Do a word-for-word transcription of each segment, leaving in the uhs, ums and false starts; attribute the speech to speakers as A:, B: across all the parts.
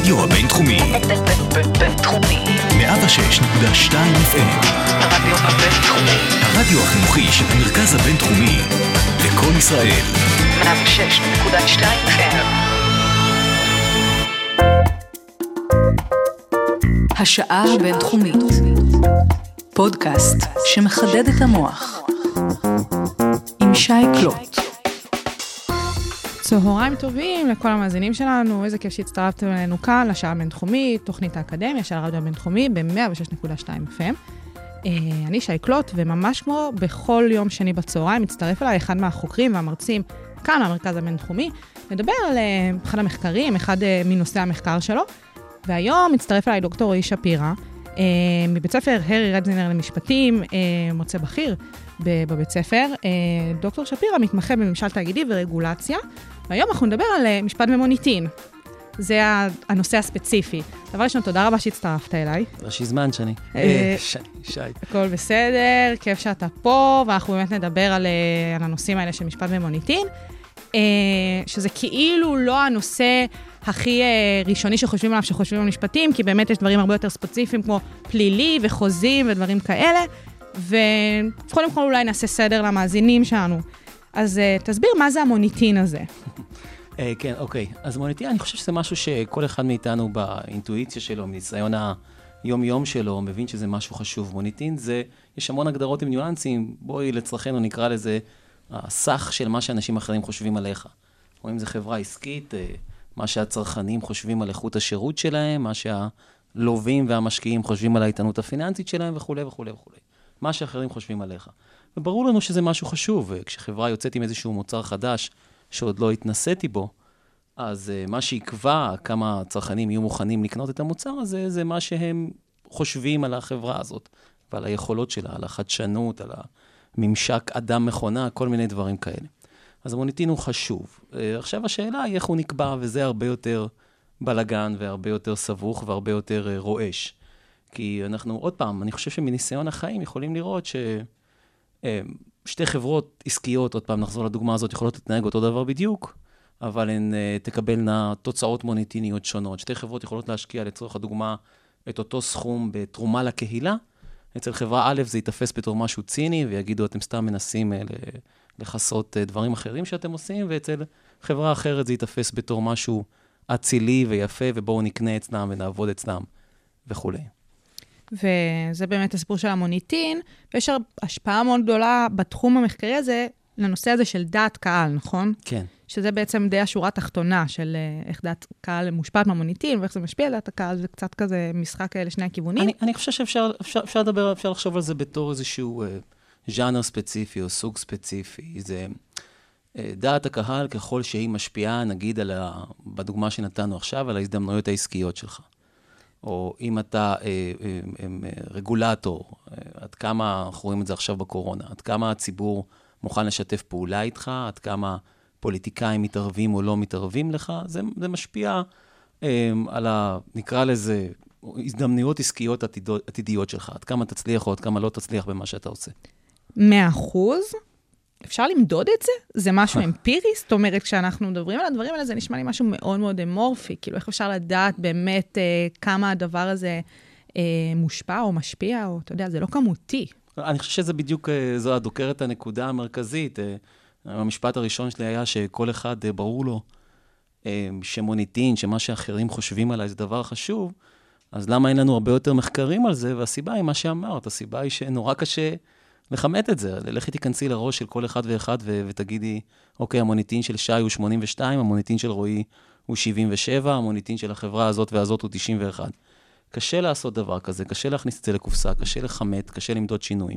A: הרדיו הבינתחומי.
B: בינתחומי.
A: מאה ושש נקודה שתיים אף אם.
B: הרדיו הבינתחומי.
A: הרדיו החינוכי של המרכז הבינתחומי. לקול ישראל.
B: מאה ושש נקודה שתיים אף אם.
C: השעה הבינתחומית. פודקאסט שמחדד את המוח. עם שי קלוט.
D: צהריים טובים לכל המאזינים שלנו, איזה כיף שהצטרפתם אלינו כאן, לשעה הבינתחומית, תוכנית האקדמיה של הרדיו הבינתחומי, ב-מאה ושש נקודה שתיים אף אם. אני שי קלוט, וממש כמו בכל יום שני בצהריים, מצטרף אליי אחד מהחוקרים והמרצים כאן במרכז הבינתחומי, לדבר על אחד המחקרים, אחד מנושאי המחקר שלו, והיום מצטרף אליי דוקטור רועי שפירא, מבית ספר הרי רדזינר למשפטים, מרצה בכיר בבית ספר. דוקטור שפירא מתמחה בממשל תאגידי ורגולציה, והיום אנחנו נדבר על משפט ומוניטין. זה הנושא הספציפי. דבר ראשון, תודה רבה שהצטרפת אליי.
E: ראשי זמן, שני. שי, שי.
D: הכל בסדר, כיף שאתה פה, ואנחנו באמת נדבר על הנושאים האלה של משפט ומוניטין, שזה כאילו לא הנושא הכי ראשוני שחושבים עליו, שחושבים על משפטים, כי באמת יש דברים הרבה יותר ספציפיים, כמו פלילי וחוזים ודברים כאלה, וקודם כל אולי נעשה סדר למאזינים שלנו. אז תסביר מה זה המוניטין הזה.
E: כן, אוקיי. אז מוניטין, אני חושב שזה משהו שכל אחד מאיתנו באינטואיציה שלו, מניסיון היום-יום שלו, מבין שזה משהו חשוב. מוניטין זה, יש המון הגדרות עם ניואנסים, בואי לצרכנו נקרא לזה הסך של מה שאנשים אחרים חושבים עליך. או אם זה חברה עסקית, מה שהצרכנים חושבים על איכות השירות שלהם, מה שהלווים והמשקיעים חושבים על האיתנות הפיננסית שלהם וכו' וכו' וכו'. מה שאחרים חושבים עליך. וברור לנו שזה משהו חשוב, כשחברה יוצאת עם איזשהו מוצר חדש שעוד לא התנסיתי בו, אז מה שיקבע כמה צרכנים יהיו מוכנים לקנות את המוצר הזה, זה מה שהם חושבים על החברה הזאת, ועל היכולות שלה, על החדשנות, על הממשק אדם מכונה, כל מיני דברים כאלה. אז המוניטין הוא חשוב. עכשיו השאלה היא איך הוא נקבע, וזה הרבה יותר בלגן, והרבה יותר סבוך, והרבה יותר רועש. כי אנחנו, עוד פעם, אני חושב שמניסיון החיים יכולים לראות ששתי חברות עסקיות, עוד פעם נחזור לדוגמה הזאת, יכולות להתנהג אותו דבר בדיוק, אבל הן תקבלנה תוצאות מוניטיניות שונות. שתי חברות יכולות להשקיע לצורך הדוגמה את אותו סכום בתרומה לקהילה. אצל חברה א' זה יתפס בתור משהו ציני, ויגידו, אתם סתם מנסים לחסות דברים אחרים שאתם עושים, ואצל חברה אחרת זה יתפס בתור משהו אצילי ויפה, ובואו נקנה אצלם ונעבוד אצלם וכו'.
D: וזה באמת הסיפור של המוניטין, ויש השפעה מאוד גדולה בתחום המחקרי הזה, לנושא הזה של דעת קהל, נכון?
E: כן. שזה
D: בעצם די השורה התחתונה של איך דעת קהל מושפעת מהמוניטין, ואיך זה משפיע על דעת הקהל, זה קצת כזה משחק לשני הכיוונים.
E: אני, אני חושב שאפשר אפשר, אפשר לדבר, אפשר לחשוב על זה בתור איזשהו אה, ז'אנר ספציפי או סוג ספציפי. זה אה, דעת הקהל ככל שהיא משפיעה, נגיד על ה, בדוגמה שנתנו עכשיו, על ההזדמנויות העסקיות שלך. או אם אתה אה, אה, אה, רגולטור, אה, עד כמה, אנחנו רואים את זה עכשיו בקורונה, עד כמה הציבור מוכן לשתף פעולה איתך, עד כמה פוליטיקאים מתערבים או לא מתערבים לך, זה, זה משפיע אה, על ה, נקרא לזה, הזדמנויות עסקיות עתידות, עתידיות שלך, עד כמה תצליח או עד כמה לא תצליח במה שאתה עושה.
D: מאה אחוז? אפשר למדוד את זה? זה משהו אמפירי? זאת אומרת, כשאנחנו מדברים על הדברים האלה, זה נשמע לי משהו מאוד מאוד אמורפי, כאילו איך אפשר לדעת באמת אה, כמה הדבר הזה אה, מושפע או משפיע, או אתה יודע, זה לא כמותי.
E: אני חושב שזה בדיוק, אה, זו הדוקרת הנקודה המרכזית. אה, המשפט הראשון שלי היה שכל אחד אה, ברור לו אה, שמוניטין, שמה שאחרים חושבים עליי זה דבר חשוב, אז למה אין לנו הרבה יותר מחקרים על זה? והסיבה היא מה שאמרת, הסיבה היא שנורא קשה לחמת את זה. לכי תיכנסי לראש של כל אחד ואחד ו- ותגידי, אוקיי, המוניטין של שי הוא שמונים ושתיים, המוניטין של רועי הוא שבעים ושבע, המוניטין של החברה הזאת והזאת הוא תשעים ואחת. קשה לעשות דבר כזה, קשה להכניס את זה לקופסה, קשה לחמת, קשה למדוד שינויים.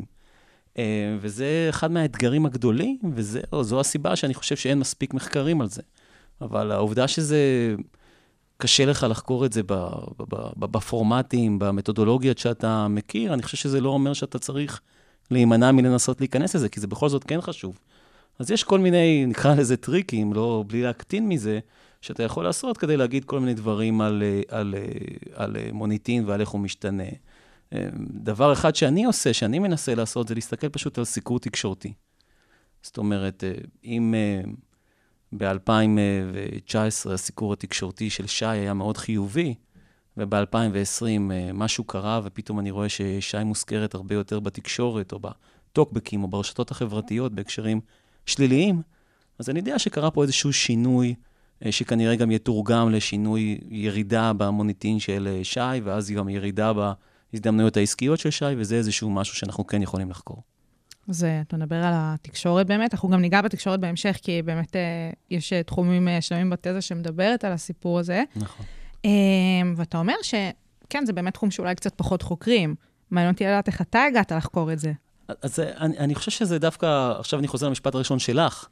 E: וזה אחד מהאתגרים הגדולים, וזו הסיבה שאני חושב שאין מספיק מחקרים על זה. אבל העובדה שזה קשה לך לחקור את זה בפורמטים, במתודולוגיות שאתה מכיר, אני חושב שזה לא אומר שאתה צריך להימנע מלנסות להיכנס לזה, כי זה בכל זאת כן חשוב. אז יש כל מיני, נקרא לזה טריקים, לא, בלי להקטין מזה, שאתה יכול לעשות כדי להגיד כל מיני דברים על, על, על, על מוניטין ועל איך הוא משתנה. דבר אחד שאני עושה, שאני מנסה לעשות, זה להסתכל פשוט על סיקור תקשורתי. זאת אומרת, אם ב-אלפיים תשע עשרה הסיקור התקשורתי של שי היה מאוד חיובי, וב-אלפיים ועשרים משהו קרה, ופתאום אני רואה ששי מוזכרת הרבה יותר בתקשורת, או בטוקבקים, או ברשתות החברתיות, בהקשרים שליליים, אז אני יודע שקרה פה איזשהו שינוי, שכנראה גם יתורגם לשינוי ירידה במוניטין של שי, ואז גם ירידה בהזדמנויות העסקיות של שי, וזה איזשהו משהו שאנחנו כן יכולים לחקור.
D: אז אתה מדבר על התקשורת באמת, אנחנו גם ניגע בתקשורת בהמשך, כי באמת יש תחומים שלמים בתזה שמדברת על הסיפור הזה.
E: נכון.
D: ואתה אומר שכן, זה באמת תחום שאולי קצת פחות חוקרים. מעניין אותי לדעת איך אתה הגעת לחקור את זה.
E: אז אני, אני חושב שזה דווקא, עכשיו אני חוזר למשפט הראשון שלך,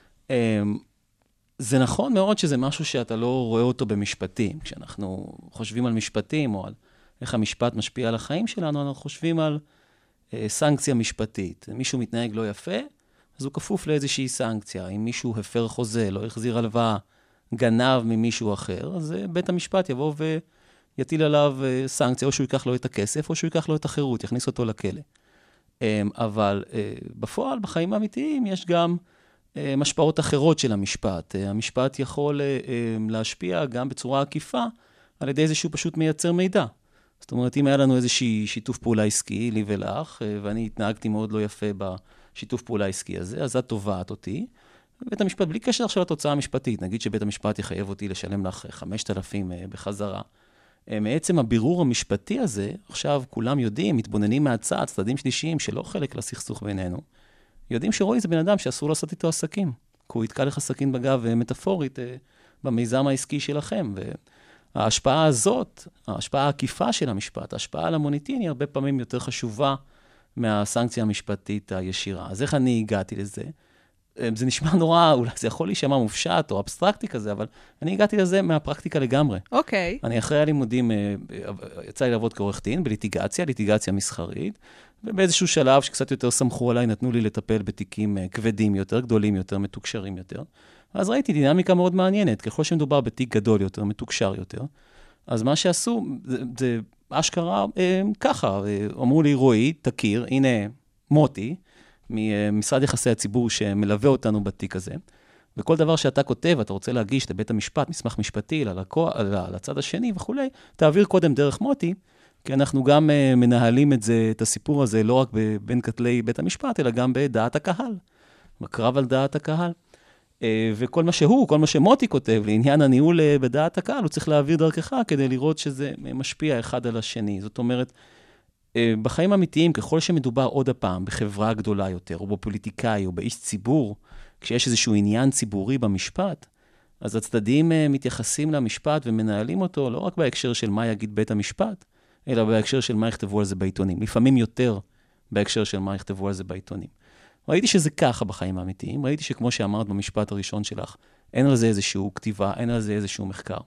E: זה נכון מאוד שזה משהו שאתה לא רואה אותו במשפטים. כשאנחנו חושבים על משפטים או על איך המשפט משפיע על החיים שלנו, אנחנו חושבים על סנקציה משפטית. אם מישהו מתנהג לא יפה, אז הוא כפוף לאיזושהי סנקציה. אם מישהו הפר חוזה, לא החזיר הלוואה, גנב ממישהו אחר, אז בית המשפט יבוא ויטיל עליו סנקציה, או שהוא ייקח לו את הכסף, או שהוא ייקח לו את החירות, יכניס אותו לכלא. אבל בפועל, בחיים האמיתיים, יש גם משפעות אחרות של המשפט. המשפט יכול להשפיע גם בצורה עקיפה, על ידי איזשהו פשוט מייצר מידע. זאת אומרת, אם היה לנו איזושהי שיתוף פעולה עסקי, לי ולך, ואני התנהגתי מאוד לא יפה בשיתוף פעולה העסקי הזה, אז את תובעת אותי. בית המשפט, בלי קשר עכשיו לתוצאה המשפטית, נגיד שבית המשפט יחייב אותי לשלם לך חמשת אלפים בחזרה. מעצם הבירור המשפטי הזה, עכשיו כולם יודעים, מתבוננים מהצד, צדדים שלישיים שלא חלק לסכסוך בינינו, יודעים שרואי זה בן אדם שאסור לעשות איתו עסקים, כי הוא יתקע לך סכין בגב מטאפורית במיזם העסקי שלכם, וההשפעה הזאת, ההשפעה העקיפה של המשפט, ההשפעה על המוניטין היא הרבה פעמים יותר חשובה מהסנקציה המשפטית הישירה. אז איך אני הגעתי לזה? זה נשמע נורא, אולי זה יכול להישמע מופשט או אבסטרקטי כזה, אבל אני הגעתי לזה מהפרקטיקה לגמרי.
D: אוקיי.
E: אני אחרי הלימודים, יצא לי לעבוד כעורך דין, בליטיגציה, ליטיגציה מסחרית, ובאיזשהו שלב שקצת יותר סמכו עליי, נתנו לי לטפל בתיקים כבדים יותר, גדולים יותר, מתוקשרים יותר. אז ראיתי דינמיקה מאוד מעניינת, ככל שמדובר בתיק גדול יותר, מתוקשר יותר, אז מה שעשו, זה, זה אשכרה אה, ככה, אמרו לי, רועי, תכיר, הנה מוטי, ממשרד יחסי הציבור שמלווה אותנו בתיק הזה, וכל דבר שאתה כותב, אתה רוצה להגיש לבית המשפט, מסמך משפטי, ללקוח, לצד השני וכו', תעביר קודם דרך מוטי, כי אנחנו גם מנהלים את זה, את הסיפור הזה, לא רק בין כתלי בית המשפט, אלא גם בדעת הקהל, בקרב על דעת הקהל. וכל מה שהוא, כל מה שמוטי כותב, לעניין הניהול בדעת הקהל, הוא צריך להעביר דרכך כדי לראות שזה משפיע אחד על השני. זאת אומרת, בחיים אמיתיים, ככל שמדובר עוד הפעם בחברה גדולה יותר, או בפוליטיקאי, או באיש ציבור, כשיש איזשהו עניין ציבורי במשפט, אז הצדדים מתייחסים למשפט ומנהלים אותו לא רק בהקשר של מה יגיד בית המשפט, אלא בהקשר של מה יכתבו על זה בעיתונים. לפעמים יותר בהקשר של מה יכתבו על זה בעיתונים. ראיתי שזה ככה בחיים האמיתיים, ראיתי שכמו שאמרת במשפט הראשון שלך, אין על זה איזשהו כתיבה, אין על זה איזשהו מחקר.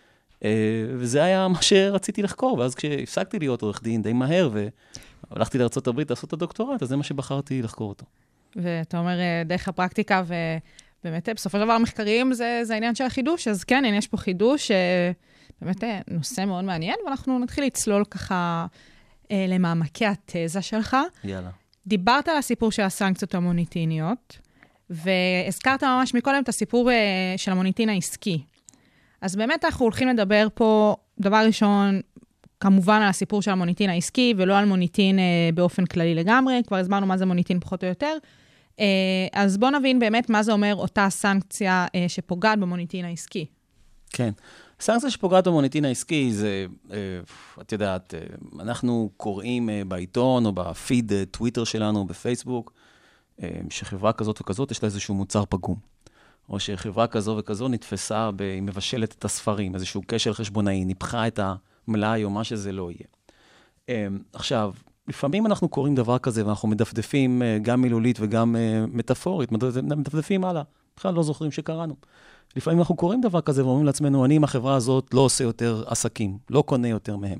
E: וזה היה מה שרציתי לחקור, ואז כשהפסקתי להיות עורך דין די מהר, והלכתי לארצות הברית לעשות את הדוקטורט, אז זה מה שבחרתי לחקור אותו.
D: ואתה אומר, דרך הפרקטיקה, ובאמת, בסופו של דבר, המחקרים זה, זה העניין של החידוש, אז כן, יש פה חידוש, באמת נושא מאוד מעניין, ואנחנו נתחיל לצלול ככה למעמקי התזה שלך.
E: יאללה.
D: דיברת על הסיפור של הסנקציות המוניטיניות, והזכרת ממש מקודם את הסיפור של המוניטין העסקי. אז באמת אנחנו הולכים לדבר פה, דבר ראשון, כמובן על הסיפור של המוניטין העסקי, ולא על מוניטין אה, באופן כללי לגמרי, כבר הסברנו מה זה מוניטין פחות או יותר. אה, אז בואו נבין באמת מה זה אומר אותה סנקציה אה, שפוגעת במוניטין העסקי.
E: כן. סנקציה שפוגעת במוניטין העסקי זה, אה, את יודעת, אה, אנחנו קוראים אה, בעיתון או בפיד אה, טוויטר שלנו, בפייסבוק, אה, שחברה כזאת וכזאת יש לה איזשהו מוצר פגום. או שחברה כזו וכזו נתפסה, ב... היא מבשלת את הספרים, איזשהו כשל חשבונאי, ניפחה את המלאי או מה שזה לא יהיה. עכשיו, לפעמים אנחנו קוראים דבר כזה, ואנחנו מדפדפים גם מילולית וגם מטאפורית, מדפדפים הלאה, בכלל לא זוכרים שקראנו. לפעמים אנחנו קוראים דבר כזה ואומרים לעצמנו, אני עם החברה הזאת לא עושה יותר עסקים, לא קונה יותר מהם.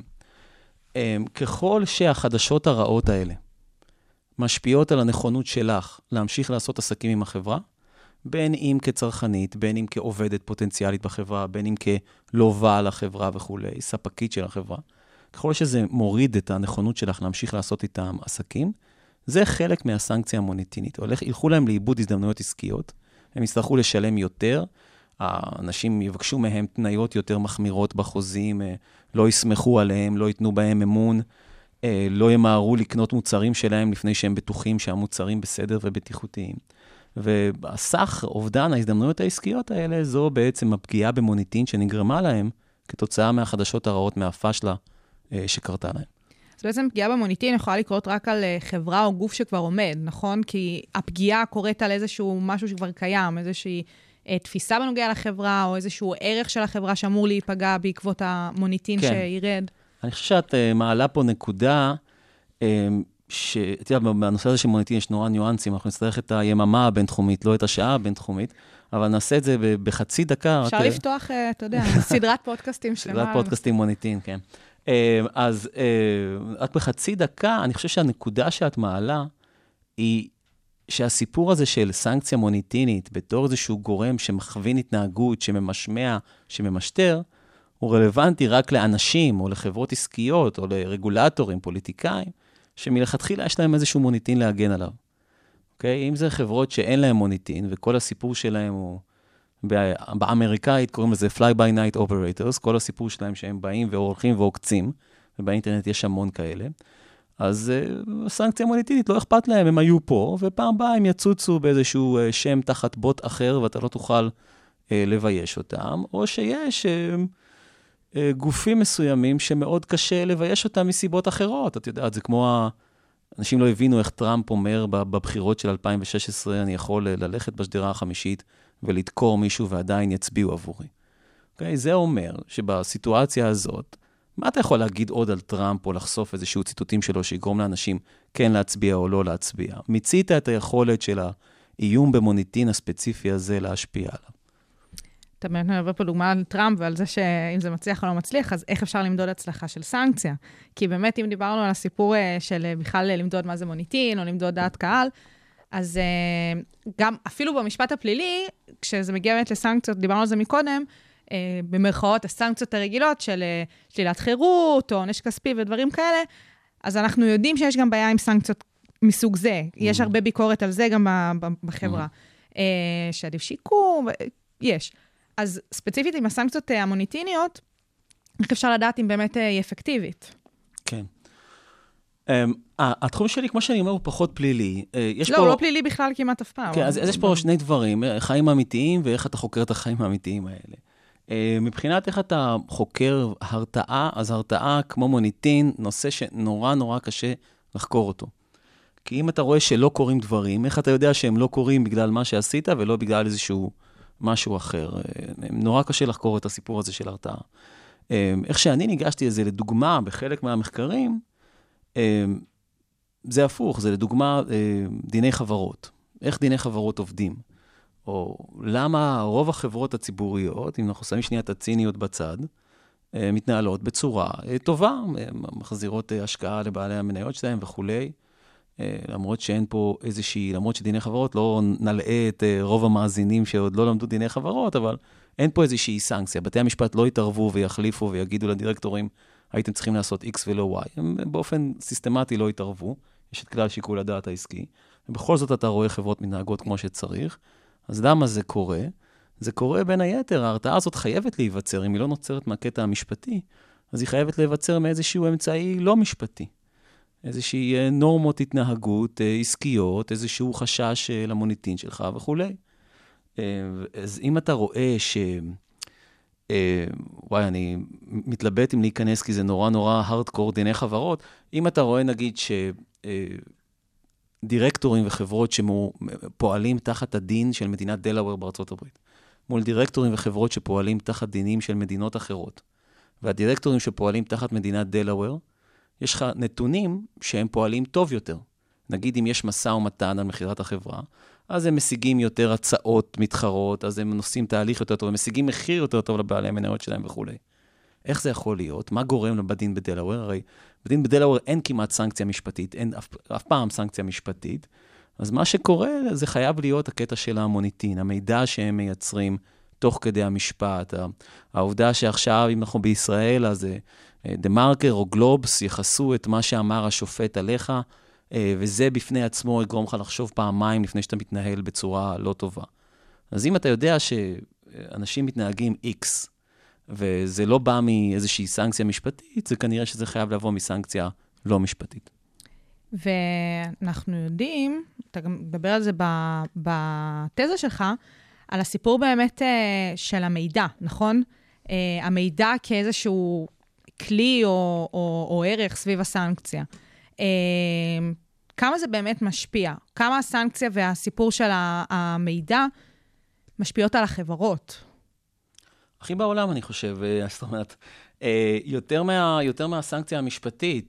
E: ככל שהחדשות הרעות האלה משפיעות על הנכונות שלך להמשיך לעשות עסקים עם החברה, בין אם כצרכנית, בין אם כעובדת פוטנציאלית בחברה, בין אם כלובה על החברה וכו', ספקית של החברה. ככל שזה מוריד את הנכונות שלך להמשיך לעשות איתם עסקים, זה חלק מהסנקציה המוניטינית. הולך, ילכו להם לאיבוד הזדמנויות עסקיות, הם יצטרכו לשלם יותר, האנשים יבקשו מהם תנאיות יותר מחמירות בחוזים, לא יסמכו עליהם, לא ייתנו בהם אמון, לא ימהרו לקנות מוצרים שלהם לפני שהם בטוחים שהמוצרים בסדר ובטיחותיים. והסך, אובדן ההזדמנויות העסקיות האלה, זו בעצם הפגיעה במוניטין שנגרמה להם, כתוצאה מהחדשות הרעות, מהפשלה שקרתה להם.
D: אז בעצם פגיעה במוניטין יכולה לקרות רק על חברה או גוף שכבר עומד, נכון? כי הפגיעה קורית על איזשהו משהו שכבר קיים, איזושהי תפיסה בנוגע לחברה, או איזשהו ערך של החברה שאמור להיפגע בעקבות המוניטין כן. שירד.
E: אני חושב שאת uh, מעלה פה נקודה, uh, שאתה יודע, בנושא הזה של מוניטין יש נורא ניואנסים, אנחנו נצטרך את היממה הבינתחומית, לא את השעה הבינתחומית, אבל נעשה את זה בחצי דקה.
D: אפשר רק... לפתוח, uh, אתה יודע, סדרת פודקאסטים שלמה.
E: סדרת פודקאסטים מוניטין, כן. Uh, אז uh, רק בחצי דקה, אני חושב שהנקודה שאת מעלה, היא שהסיפור הזה של סנקציה מוניטינית, בתור איזשהו גורם שמכווין התנהגות, שממשמע, שממשטר, הוא רלוונטי רק לאנשים, או לחברות עסקיות, או לרגולטורים, פוליטיקאים, שמלכתחילה יש להם איזשהו מוניטין להגן עליו. אוקיי? אם זה חברות שאין להם מוניטין, וכל הסיפור שלהם הוא, באמריקאית קוראים לזה Fly by Night Operators, כל הסיפור שלהם שהם באים והולכים ועוקצים, ובאינטרנט יש המון כאלה, אז uh, סנקציה מוניטינית לא אכפת להם, הם היו פה, ופעם באה הם יצוצו באיזשהו uh, שם תחת בוט אחר, ואתה לא תוכל uh, לבייש אותם, או שיש uh, uh, גופים מסוימים שמאוד קשה לבייש אותם מסיבות אחרות. את יודעת, זה כמו, ה... אנשים לא הבינו איך טראמפ אומר בבחירות של אלפיים ושש עשרה, אני יכול ללכת בשדרה החמישית ולדקור מישהו ועדיין יצביעו עבורי. Okay? זה אומר שבסיטואציה הזאת, מה אתה יכול להגיד עוד על טראמפ, או לחשוף איזשהו ציטוטים שלו, שיגרום לאנשים כן להצביע או לא להצביע? מיצית את היכולת של האיום במוניטין הספציפי הזה להשפיע עליו.
D: אתה באמת נדבר פה דוגמה על טראמפ, ועל זה שאם זה מצליח או לא מצליח, אז איך אפשר למדוד הצלחה של סנקציה? כי באמת, אם דיברנו על הסיפור של בכלל למדוד מה זה מוניטין, או למדוד דעת קהל, אז גם אפילו במשפט הפלילי, כשזה מגיע באמת לסנקציות, דיברנו על זה מקודם, במרכאות הסנקציות הרגילות של שלילת חירות, או עונש כספי ודברים כאלה, אז אנחנו יודעים שיש גם בעיה עם סנקציות מסוג זה. יש הרבה ביקורת על זה גם בחברה. שעדיף שיקום, יש. אז ספציפית עם הסנקציות המוניטיניות, איך אפשר לדעת אם באמת היא אפקטיבית?
E: כן. התחום שלי, כמו שאני אומר, הוא פחות פלילי.
D: לא, הוא לא פלילי בכלל כמעט אף פעם.
E: כן, אז יש פה שני דברים, חיים אמיתיים, ואיך אתה חוקר את החיים האמיתיים האלה. מבחינת איך אתה חוקר הרתעה, אז הרתעה כמו מוניטין, נושא שנורא נורא קשה לחקור אותו. כי אם אתה רואה שלא קורים דברים, איך אתה יודע שהם לא קורים בגלל מה שעשית, ולא בגלל איזשהו משהו אחר. נורא קשה לחקור את הסיפור הזה של הרתעה. איך שאני ניגשתי לזה לדוגמה בחלק מהמחקרים, זה הפוך, זה לדוגמה דיני חברות. איך דיני חברות עובדים? או למה רוב החברות הציבוריות, אם אנחנו שמים שנייה את הציניות בצד, מתנהלות בצורה טובה, מחזירות השקעה לבעלי המניות שלהם וכולי, למרות שאין פה איזושהי, למרות שדיני חברות לא נלאה את רוב המאזינים שעוד לא למדו דיני חברות, אבל אין פה איזושהי סנקציה. בתי המשפט לא יתערבו ויחליפו ויגידו לדירקטורים, הייתם צריכים לעשות X ולא Y. הם באופן סיסטמטי לא יתערבו, יש את כלל שיקול הדעת העסקי, ובכל זאת אתה רואה חברות מתנהגות כמו שצריך. אז למה זה קורה? זה קורה בין היתר, ההרתעה הזאת חייבת להיווצר, אם היא לא נוצרת מהקטע המשפטי, אז היא חייבת להיווצר מאיזשהו אמצעי לא משפטי. איזושהי נורמות התנהגות, עסקיות, איזשהו חשש למוניטין שלך וכו'. אז אם אתה רואה ש... וואי, אני מתלבט אם להיכנס, כי זה נורא נורא הארדקור דיני חברות. אם אתה רואה, נגיד, שדירקטורים וחברות שפועלים תחת הדין של מדינת דלאוור בארצות הברית, מול דירקטורים וחברות שפועלים תחת דינים של מדינות אחרות, והדירקטורים שפועלים תחת מדינת דלאוור, יש לך נתונים שהם פועלים טוב יותר. נגיד, אם יש מסע ומתן על מחירת החברה, אז הם משיגים יותר הצעות מתחרות, אז הם נושאים תהליך יותר טוב, הם משיגים מחיר יותר טוב לבעלי המניות שלהם וכו'. איך זה יכול להיות? מה גורם בדין בדלאוור? הרי בדין בדלאוור אין כמעט סנקציה משפטית, אין אף, אף פעם סנקציה משפטית, אז מה שקורה זה חייב להיות הקטע של המוניטין, המידע שהם מייצרים תוך כדי המשפט, העובדה שעכשיו, אם אנחנו בישראל, אז דה מרקר או גלובס יחסו את מה שאמר השופט עליך, וזה בפני עצמו יגרום לך לחשוב פעמיים לפני שאתה מתנהל בצורה לא טובה. אז אם אתה יודע שאנשים מתנהגים X, וזה לא בא מאיזושהי סנקציה משפטית, זה כנראה שזה חייב לבוא מסנקציה לא משפטית.
D: ואנחנו יודעים, אתה גם מדבר על זה בתזה שלך, על הסיפור באמת של המידע, נכון? המידע כאיזשהו כלי או, או, או ערך סביב הסנקציה. כמה זה באמת משפיע? כמה הסנקציה והסיפור של המידע משפיעות על החברות?
E: הכי בעולם, אני חושב, זאת אומרת, יותר, מה, יותר מהסנקציה המשפטית,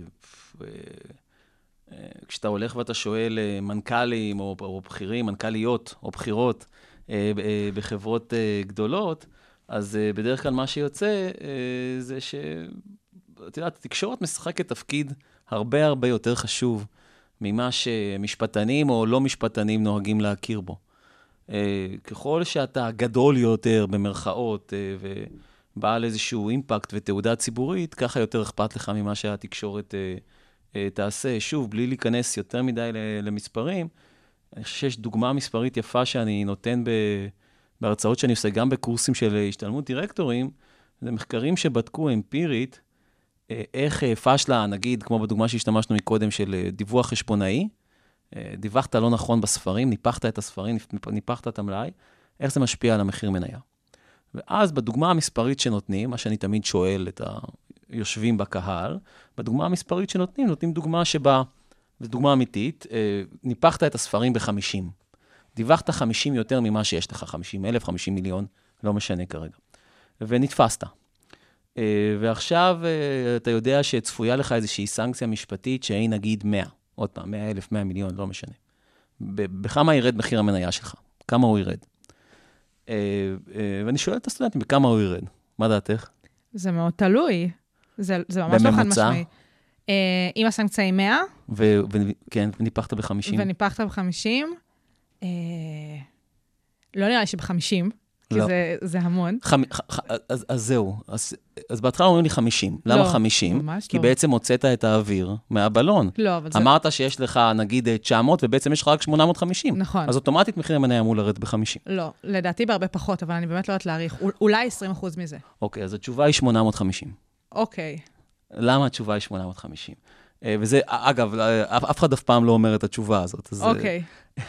E: כשאתה הולך ואתה שואל מנכ"לים או, או בכירים, מנכ"ליות או בכירות בחברות גדולות, אז בדרך כלל מה שיוצא זה ש... את יודעת, התקשורת משחקת תפקיד הרבה הרבה יותר חשוב ממה שמשפטנים או לא משפטנים נוהגים להכיר בו. ככל שאתה גדול יותר במרכאות ובעל איזשהו אימפקט ותעודה ציבורית, ככה יותר אכפת לך ממה שהתקשורת תעשה. שוב, בלי להיכנס יותר מדי למספרים, אני חושב שיש דוגמה מספרית יפה שאני נותן בהרצאות שאני עושה גם בקורסים של השתלמות דירקטורים, זה מחקרים שבדקו אמפירית, איך פשלה, נגיד, כמו בדוגמה שהשתמשנו מקודם של דיווח חשבונאי, דיווחת לא נכון בספרים, ניפחת את הספרים, ניפחת את המלאי, איך זה משפיע על המחיר מניה. ואז בדוגמה המספרית שנותנים, מה שאני תמיד שואל את היושבים בקהל, בדוגמה המספרית שנותנים, נותנים דוגמה שבה, זו דוגמה אמיתית, ניפחת את הספרים ב-חמישים. דיווחת חמישים יותר ממה שיש לך, חמישים אלף, חמישים מיליון, לא משנה כרגע. ונתפסת. ועכשיו אתה יודע שצפויה לך איזושהי סנקציה משפטית שהיא נגיד מאה. עוד פעם, מאה אלף, מאה מיליון, לא משנה. בכמה ירד מחיר המניה שלך? כמה הוא ירד? ואני שואל את הסטודנטים, בכמה הוא ירד? מה דעתך?
D: זה מאוד תלוי. זה, זה ממש לא חד משמעי. אם הסנקציה היא מאה.
E: כן, וניפחת ב-חמישים.
D: וניפחת ב-חמישים. לא נראה לי שב-חמישים. כי
E: לא.
D: זה, זה המון.
E: חמ... ח... אז, אז זהו. אז, אז בהתחלה אומרים לי חמישים. למה
D: לא,
E: חמישים?
D: ממש
E: כי
D: לא.
E: בעצם הוצאת את האוויר מהבלון.
D: לא, אבל זה...
E: אמרת שיש לך, נגיד, תשע מאות, ובעצם יש לך רק שמונה מאות וחמישים.
D: נכון.
E: אז אוטומטית מחיר המניה אמור לרדת ב-חמישים.
D: לא, לדעתי בהרבה פחות, אבל אני באמת לא יודעת להעריך. אולי עשרים אחוז מזה.
E: אוקיי, אז התשובה היא שמונה מאות וחמישים.
D: אוקיי.
E: למה התשובה היא שמונה מאות וחמישים? וזה, אגב, אף אחד אף פעם לא אומר את התשובה הזאת. אז,
D: אוקיי.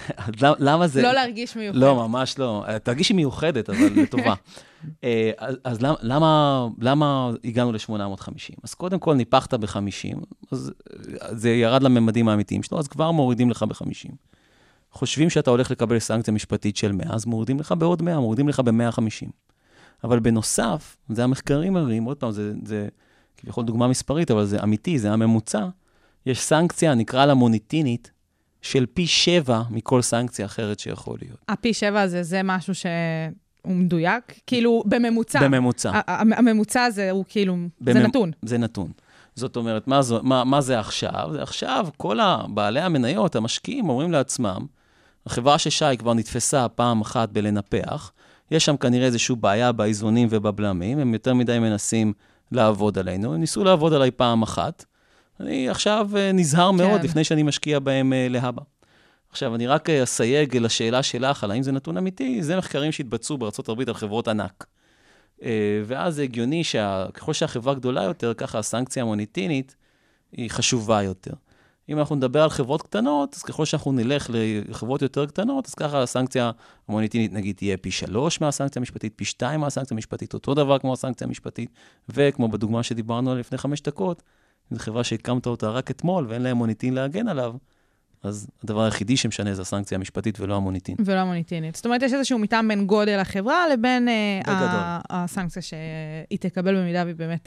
E: למה זה...
D: לא להרגיש מיוחדת.
E: לא, ממש לא. תרגישי מיוחדת, אבל לטובה. אז, אז למה, למה הגענו ל-שמונה מאות וחמישים? אז קודם כל ניפחת ב-חמישים, אז זה ירד לממדים האמיתיים שלו, אז כבר מורידים לך ב-חמישים. חושבים שאתה הולך לקבל סנקציה משפטית של מאה, אז מורידים לך בעוד מאה, מורידים לך ב-מאה וחמישים. אבל בנוסף, זה המחקרים מראים, עוד פעם, זה, זה כביכול דוגמה מספרית, אבל זה אמיתי, זה הממוצע. יש סנקציה, נקרא לה מוניטינית, של פי שבע מכל סנקציה אחרת שיכול להיות.
D: הפי שבע הזה, זה משהו שהוא מדויק? כאילו, בממוצע.
E: בממוצע.
D: הממוצע הזה הוא כאילו, זה נתון.
E: זה נתון. זאת אומרת, מה, זו, מה, מה זה עכשיו? זה עכשיו, כל הבעלי המניות, המשקיעים, אומרים לעצמם, החברה ששי כבר נתפסה פעם אחת בלנפח, יש שם כנראה איזושהי בעיה באיזונים ובבלמים, הם יותר מדי מנסים לעבוד עלינו, הם ניסו לעבוד עליי פעם אחת, אני עכשיו נזהר מאוד כן. לפני שאני משקיע בהם להבא. עכשיו, אני רק אסייג לשאלה שלך, על האם זה נתון אמיתי, זה מחקרים שהתבצעו בארצות הברית על חברות ענק. ואז זה הגיוני שככל שהחברה גדולה יותר, ככה הסנקציה המוניטינית היא חשובה יותר. אם אנחנו נדבר על חברות קטנות, אז ככל שאנחנו נלך לחברות יותר קטנות, אז ככה הסנקציה המוניטינית נגיד תהיה פי שלוש מהסנקציה המשפטית, פי שתיים מהסנקציה המשפטית, אותו דבר כמו הסנקציה המשפטית, וכמו בדוגמה שדיברנו עליה לפני חמש דקות, זו חברה שהקמת אותה רק אתמול, ואין להם מוניטין להגן עליו, אז הדבר היחידי שמשנה זה הסנקציה המשפטית ולא המוניטין.
D: ולא המוניטינית. זאת אומרת, יש איזשהו מתאם בין גודל החברה לבין הסנקציה שהיא תקבל במידה והיא באמת,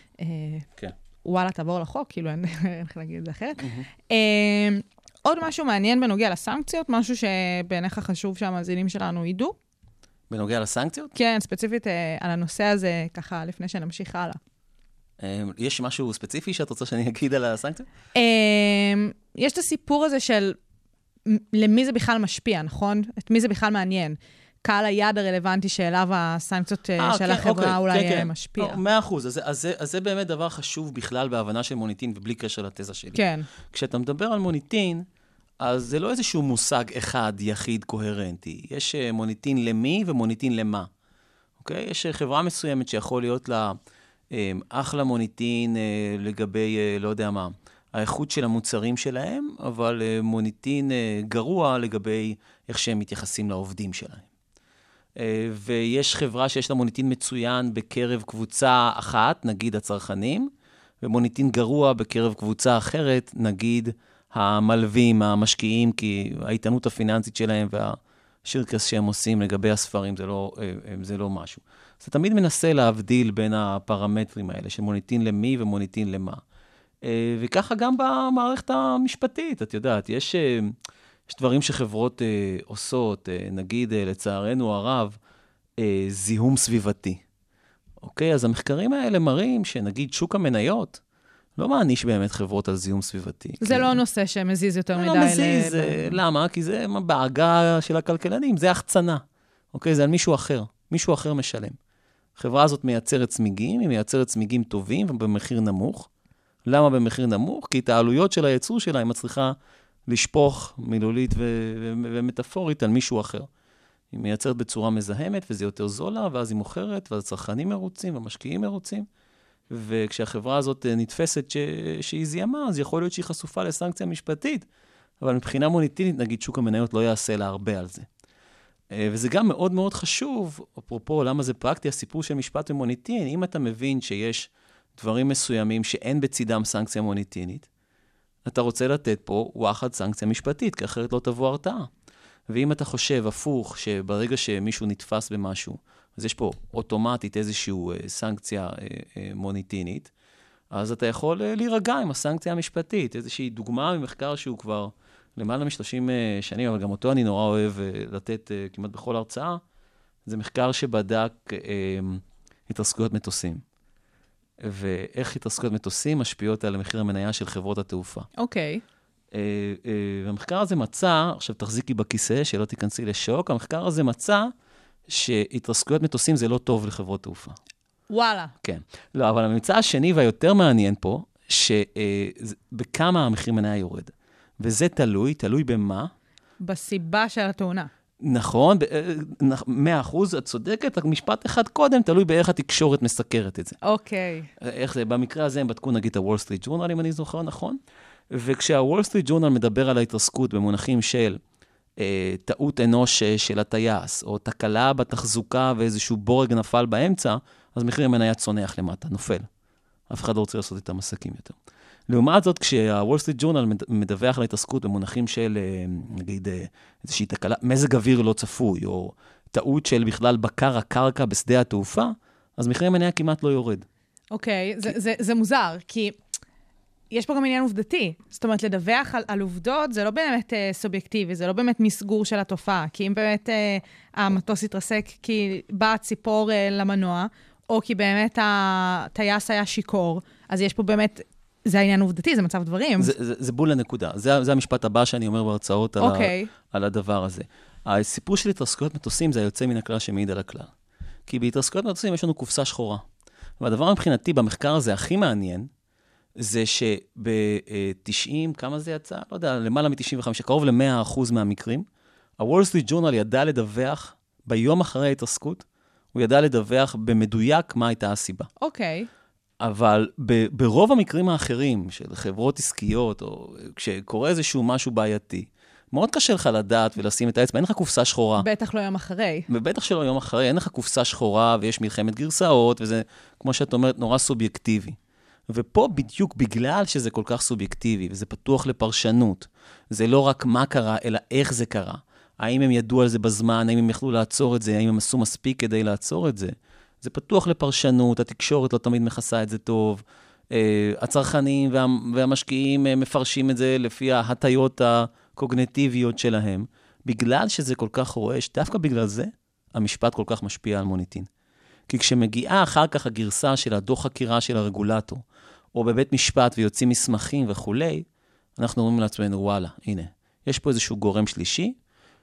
D: וואלה, תעבור לחוק, כאילו אין איך להגיד את זה אחרת. עוד משהו מעניין בנוגע לסנקציות, משהו שבעיניך חשוב שהמאזינים שלנו ידעו?
E: בנוגע לסנקציות?
D: כן, ספציפית על הנושא הזה, ככה לפני שנמשיך הלאה.
E: יש משהו ספציפי שאת רוצה שאני אגיד על הסנקציות?
D: יש את הסיפור הזה של למי זה בכלל משפיע, נכון? את מי זה בכלל מעניין. קהל היעד הרלוונטי שאליו הסנקציות של החברה אולי משפיע.
E: מאה אחוז. אז זה באמת דבר חשוב בכלל בהבנה של מוניטין, ובלי קשר לתזה שלי.
D: כן.
E: כשאתה מדבר על מוניטין, אז זה לא איזשהו מושג אחד, יחיד, קוהרנטי. יש מוניטין למי ומוניטין למה. אוקיי? יש חברה מסוימת שיכול להיות לה אחלה מוניטין לגבי, לא יודע מה, האיכות של המוצרים שלהם, אבל מוניטין גרוע לגבי איך שהם מתייחסים לעובדים שלהם. ויש חברה שיש לה מוניטין מצוין בקרב קבוצה אחת, נגיד הצרכנים, ומוניטין גרוע בקרב קבוצה אחרת, נגיד המלווים, המשקיעים, כי האיתנות הפיננסית שלהם והשירקס שהם עושים לגבי הספרים, זה לא, זה לא משהו. אז אתה תמיד מנסה להבדיל בין הפרמטרים האלה, של מוניטין למי ומוניטין למה. וככה גם במערכת המשפטית, את יודעת, יש, יש דברים שחברות עושות, נגיד, לצערנו הרב, זיהום סביבתי. אוקיי? אז המחקרים האלה מראים שנגיד שוק המניות, לא מעניש באמת חברות על זיהום סביבתי.
D: זה לא נושא שמזיז יותר מדי.
E: לא מזיז, למה? כי זה בעגה של הכלכלנים, זה החצנה. אוקיי? זה על מישהו אחר. מישהו אחר משלם. החברה הזאת מייצרת צמיגים, היא מייצרת צמיגים טובים ובמחיר נמוך. למה במחיר נמוך? כי את העלויות של הייצור שלה היא מצליחה לשפוך מילולית ומטאפורית על מישהו אחר. היא מייצרת בצורה מזהמת, וזה יותר זולה, ואז היא מוכרת, ואז הצרכנים מרוצים, והמשקיעים מרוצים. וכשהחברה הזאת נתפסת ש... שהיא זיימה, אז יכול להיות שהיא חשופה לסנקציה משפטית, אבל מבחינה מוניטינית, נגיד, שוק המניות לא יעשה לה הרבה על זה. וזה גם מאוד מאוד חשוב, אפרופו, למה זה פרקטי, הסיפור של משפט ומוניטין, אם אתה מבין שיש דברים מסוימים שאין בצידם סנקציה מוניטינית, אתה רוצה לתת פה וואחד סנקציה משפטית, כי אחרת לא תבוא הרתעה. ואם אתה חושב הפוך, שברגע שמישהו נתפס במשהו, אז יש פה אוטומטית איזושהי סנקציה מוניטינית, אז אתה יכול להירגע עם הסנקציה המשפטית. איזושהי דוגמה ממחקר שהוא כבר למעלה מ-שלושים שנים, אבל גם אותו אני נורא אוהב לתת כמעט בכל הרצאה, זה מחקר שבדק התרסקויות מטוסים. ואיך התרסקויות מטוסים משפיעות על מחיר המניה של חברות התעופה.
D: אוקיי.
E: והמחקר הזה מצא, עכשיו תחזיקי בכיסא, שלא תיכנסי לשוק, המחקר הזה מצא שהתרסקויות מטוסים זה לא טוב לחברות תעופה.
D: וואלה.
E: כן. לא, אבל הממצא השני והיותר מעניין פה, שבכמה המחיר מניה יורד. וזה תלוי, תלוי במה?
D: בסיבה של התאונה.
E: נכון, מאה אחוז, את צודקת, רק משפט אחד קודם, תלוי באיך התקשורת מסקרת את זה.
D: אוקיי.
E: איך זה, במקרה הזה הם בדקו נגיד הוול סטריט ג'ורנל, אם אני זוכר נכון, וכשהוול סטריט ג'ורנל מדבר על ההתרסקות במונחים של אה, טעות אנוש של הטייס, או תקלה בתחזוקה ואיזשהו בורג נפל באמצע, אז מחיר המניה צונח למטה, נופל. אף אחד לא רוצה לעשות את המסקים יותר. לעומת זאת, כשהוול סטריט ג'ורנל מדווח על ההתרסקות במונחים של, נגיד, איזושהי תקלה, מזג אוויר לא צפוי, או טעות של בכלל בקר הקרקע בשדה התעופה, אז מחיר המניה כמעט לא יורד.
D: אוקיי, זה, זה, זה מוזר, כי יש פה גם עניין עובדתי. זאת אומרת, לדווח על, על עובדות, זה לא באמת אה, סובייקטיבי, זה לא באמת מסגור של התופעה, כי אם באמת אה, המטוס התרסק כי באה ציפור אה, למנוע, או כי באמת הטייס היה שיקור, אז יש פה באמת... זה העניין עובדתי, זה מצב דברים.
E: זה, זה, זה בול לנקודה. זה, זה המשפט הבא שאני אומר בהרצאות על, okay. ה, על הדבר הזה. הסיפור של התרסקויות מטוסים זה היוצא מן הכלל שמעיד על הכלל. כי בהתרסקויות מטוסים יש לנו קופסה שחורה. והדבר מבחינתי במחקר הזה הכי מעניין, זה שב-תשעים, כמה זה יצא? לא יודע, למעלה מ-תשעים וחמש, קרוב ל-מאה אחוז מהמקרים, הוול סטריט ג'ורנל ידע לדווח, ביום אחרי ההתרסקות, הוא ידע לדווח במדויק מה הייתה הסיבה.
D: אוקיי. Okay.
E: אבל ב- ברוב המקרים האחרים, של חברות עסקיות, או כשקורה איזשהו משהו בעייתי, מאוד קשה לך לדעת ולשים את האצבע, אין לך קופסה שחורה.
D: בטח לא יום אחרי.
E: ובטח שלא יום אחרי, אין לך קופסה שחורה, ויש מלחמת גרסאות, וזה, כמו שאת אומרת, נורא סובייקטיבי. ופה בדיוק בגלל שזה כל כך סובייקטיבי, וזה פתוח לפרשנות, זה לא רק מה קרה, אלא איך זה קרה. האם הם ידעו על זה בזמן, האם הם יכלו לעצור את זה, האם הם עשו מספיק כדי לעצור את זה. זה פתוח לפרשנות, התקשורת לא תמיד מכסה את זה טוב, הצרכנים וה, והמשקיעים מפרשים את זה לפי ההטיות הקוגניטיביות שלהם. בגלל שזה כל כך רועש, דווקא בגלל זה, המשפט כל כך משפיע על מוניטין. כי כשמגיעה אחר כך הגרסה של הדוח חקירה של הרגולטור, או בבית משפט ויוצאים מסמכים וכו', אנחנו אומרים לעצמנו, וואלה, הנה, יש פה איזשהו גורם שלישי,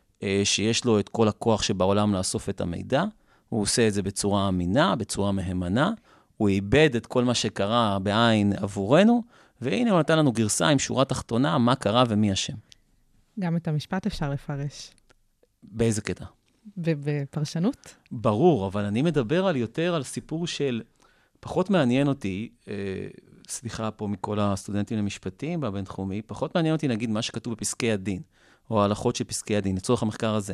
E: שיש לו את כל הכוח שבעולם לאסוף את המידע, הוא עושה את זה בצורה אמינה, בצורה מהימנה, הוא איבד את כל מה שקרה בעין עבורנו, והנה הוא נתן לנו גרסה עם שורה תחתונה, מה קרה ומי אשם.
D: גם את המשפט אפשר לפרש.
E: באיזה קטע?
D: בפרשנות?
E: ברור, אבל אני מדבר על יותר על סיפור של, פחות מעניין אותי, אה, סליחה פה מכל הסטודנטים למשפטים בבינתחומי, פחות מעניין אותי נגיד מה שכתוב בפסקי הדין, או ההלכות של פסקי הדין, לצורך המחקר הזה.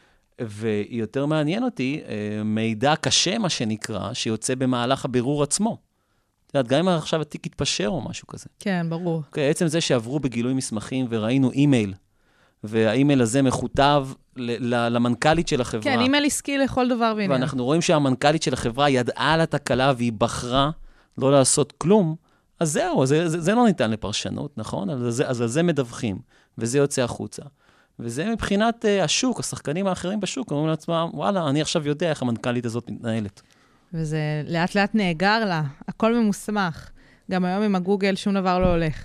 E: ויותר מעניין אותי, אה, מידע קשה, מה שנקרא, שיוצא במהלך הבירור עצמו. את יודעת, גם אם עכשיו התיק יתפשר או משהו כזה.
D: כן, ברור.
E: Okay, עצם זה שעברו בגילוי מסמכים וראינו אימייל, והאימייל הזה מכותב למנכ"לית של החברה.
D: כן, אימייל עסקי לכל דבר ועניין.
E: ואנחנו רואים שהמנכ"לית של החברה ידעה על התקלה והיא בחרה לא לעשות כלום, אז זהו, זה, זה, זה לא ניתן לפרשנות, נכון? אז, אז על זה מדווחים, וזה יוצא החוצה. וזה מבחינת uh, השוק, השחקנים האחרים בשוק, אומרים לעצמם, וואלה, אני עכשיו יודע איך המנכ"לית הזאת מתנהלת.
D: וזה לאט לאט נאגר לה, הכל ממוסמך. גם היום עם הגוגל שום דבר לא הולך.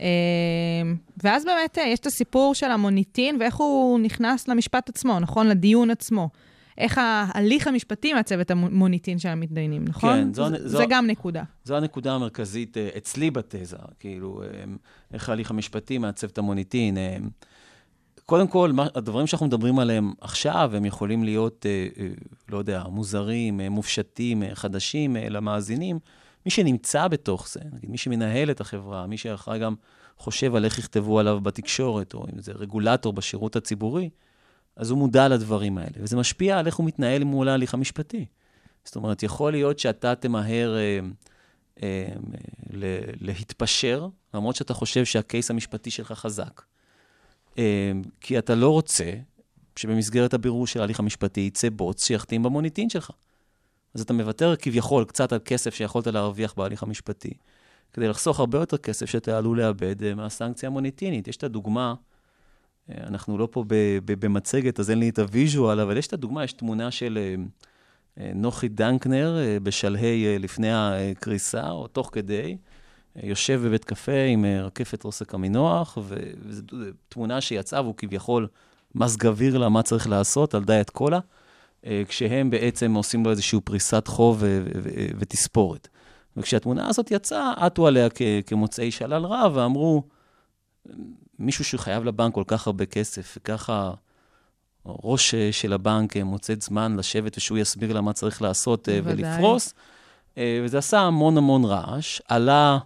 D: ואז באמת יש את הסיפור של המוניטין, ואיך הוא נכנס למשפט עצמו, נכון? לדיון עצמו. איך ההליך המשפטי מעצב את המוניטין של המתדיינים, נכון?
E: כן, זו,
D: זה,
E: זו,
D: זה גם נקודה.
E: זו הנקודה המרכזית אצלי בתזה, כאילו, איך ההליך המשפטי מעצב את המוניטין. קודם כל, הדברים שאנחנו מדברים עליהם עכשיו, הם יכולים להיות, לא יודע, מוזרים, מופשטים, חדשים למאזינים. מי שנמצא בתוך זה, נגיד, מי שמנהל את החברה, מי שאחרי גם חושב על איך יכתבו עליו בתקשורת, או אם זה רגולטור בשירות הציבורי, אז הוא מודע לדברים האלה. וזה משפיע על איך הוא מתנהל מול ההליך המשפטי. זאת אומרת, יכול להיות שאתה תמהר אה, אה, אה, להתפשר, למרות שאתה חושב שהקייס המשפטי שלך חזק. אה, כי אתה לא רוצה שבמסגרת הבירור של ההליך המשפטי יצא בוץ שיחתים במוניטין שלך. אז אתה מוותר כביכול קצת על כסף שיכולת להרוויח בהליך המשפטי, כדי לחסוך הרבה יותר כסף שאתה עלול לאבד מהסנקציה המוניטינית. יש את הדוגמה, אנחנו לא פה במצגת, אז אין לי את הוויז'ואל, אבל יש את הדוגמה, יש תמונה של נוחי דנקנר בשלהי לפני הקריסה, או תוך כדי, יושב בבית קפה עם רקפת רוסק המינוח, וזו תמונה שיצאה, והוא כביכול מס גביר לה מה צריך לעשות על דיאט קולה, כשהם בעצם עושים לו איזושהי פריסת חוב ותספורת. וכשהתמונה הזאת יצאה, עטו עליה כמוצאי שלל רע, ואמרו, מישהו שחייב לבנק כל כך הרבה כסף, וככה ראש של הבנק מוצאת זמן לשבת, ושהוא יסביר לה מה צריך לעשות ולפרוס. וזה עשה המון המון רעש. עלה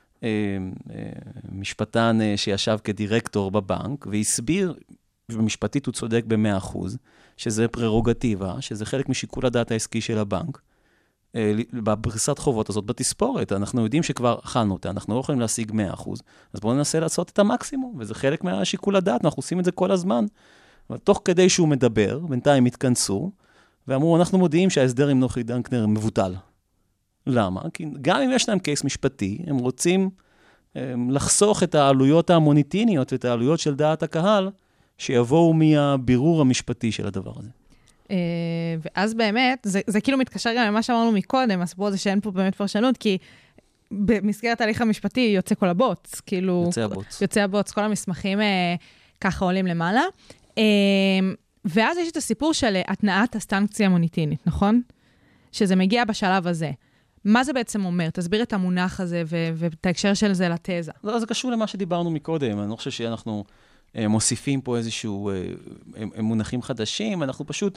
E: משפטן שישב כדירקטור בבנק, והסביר, ובמשפטית הוא צודק ב-מאה אחוז, שזה פררוגטיבה, שזה חלק משיקול הדעת העסקי של הבנק, בפריסת חובות הזאת בתספורת. אנחנו יודעים שכבר אכלנו אותה, אנחנו לא יכולים להשיג מאה אחוז, אז בואו ננסה לעשות את המקסימום, וזה חלק מהשיקול הדעת, אנחנו עושים את זה כל הזמן. אבל תוך כדי שהוא מדבר, בינתיים התכנסו, ואמרו, אנחנו מודיעים שההסדר עם נוחי דנקנר מבוטל. למה? כי גם אם יש להם קייס משפטי, הם רוצים לחסוך את העלויות המוניטיניות, ואת העלויות של דעת הקהל, שיבואו מהבירור המשפטי של הדבר הזה.
D: ואז באמת, זה, זה כאילו מתקשר גם למה שאמרנו מקודם, הסיפור הזה שאין פה באמת פרשנות, כי במסגרת ההליך המשפטי יוצא כל הבוץ, כאילו...
E: יוצא הבוץ.
D: יוצא הבוץ, כל המסמכים אה, ככה עולים למעלה. אה, ואז יש את הסיפור של התנעת הסנקציה המוניטינית, נכון? שזה מגיע בשלב הזה. מה זה בעצם אומר? תסביר את המונח הזה ו- ואת ההקשר של זה לתזה.
E: לא, זה קשור למה שדיברנו מקודם. אני לא חושב שאנחנו... מוסיפים פה איזשהו מונחים חדשים, אנחנו פשוט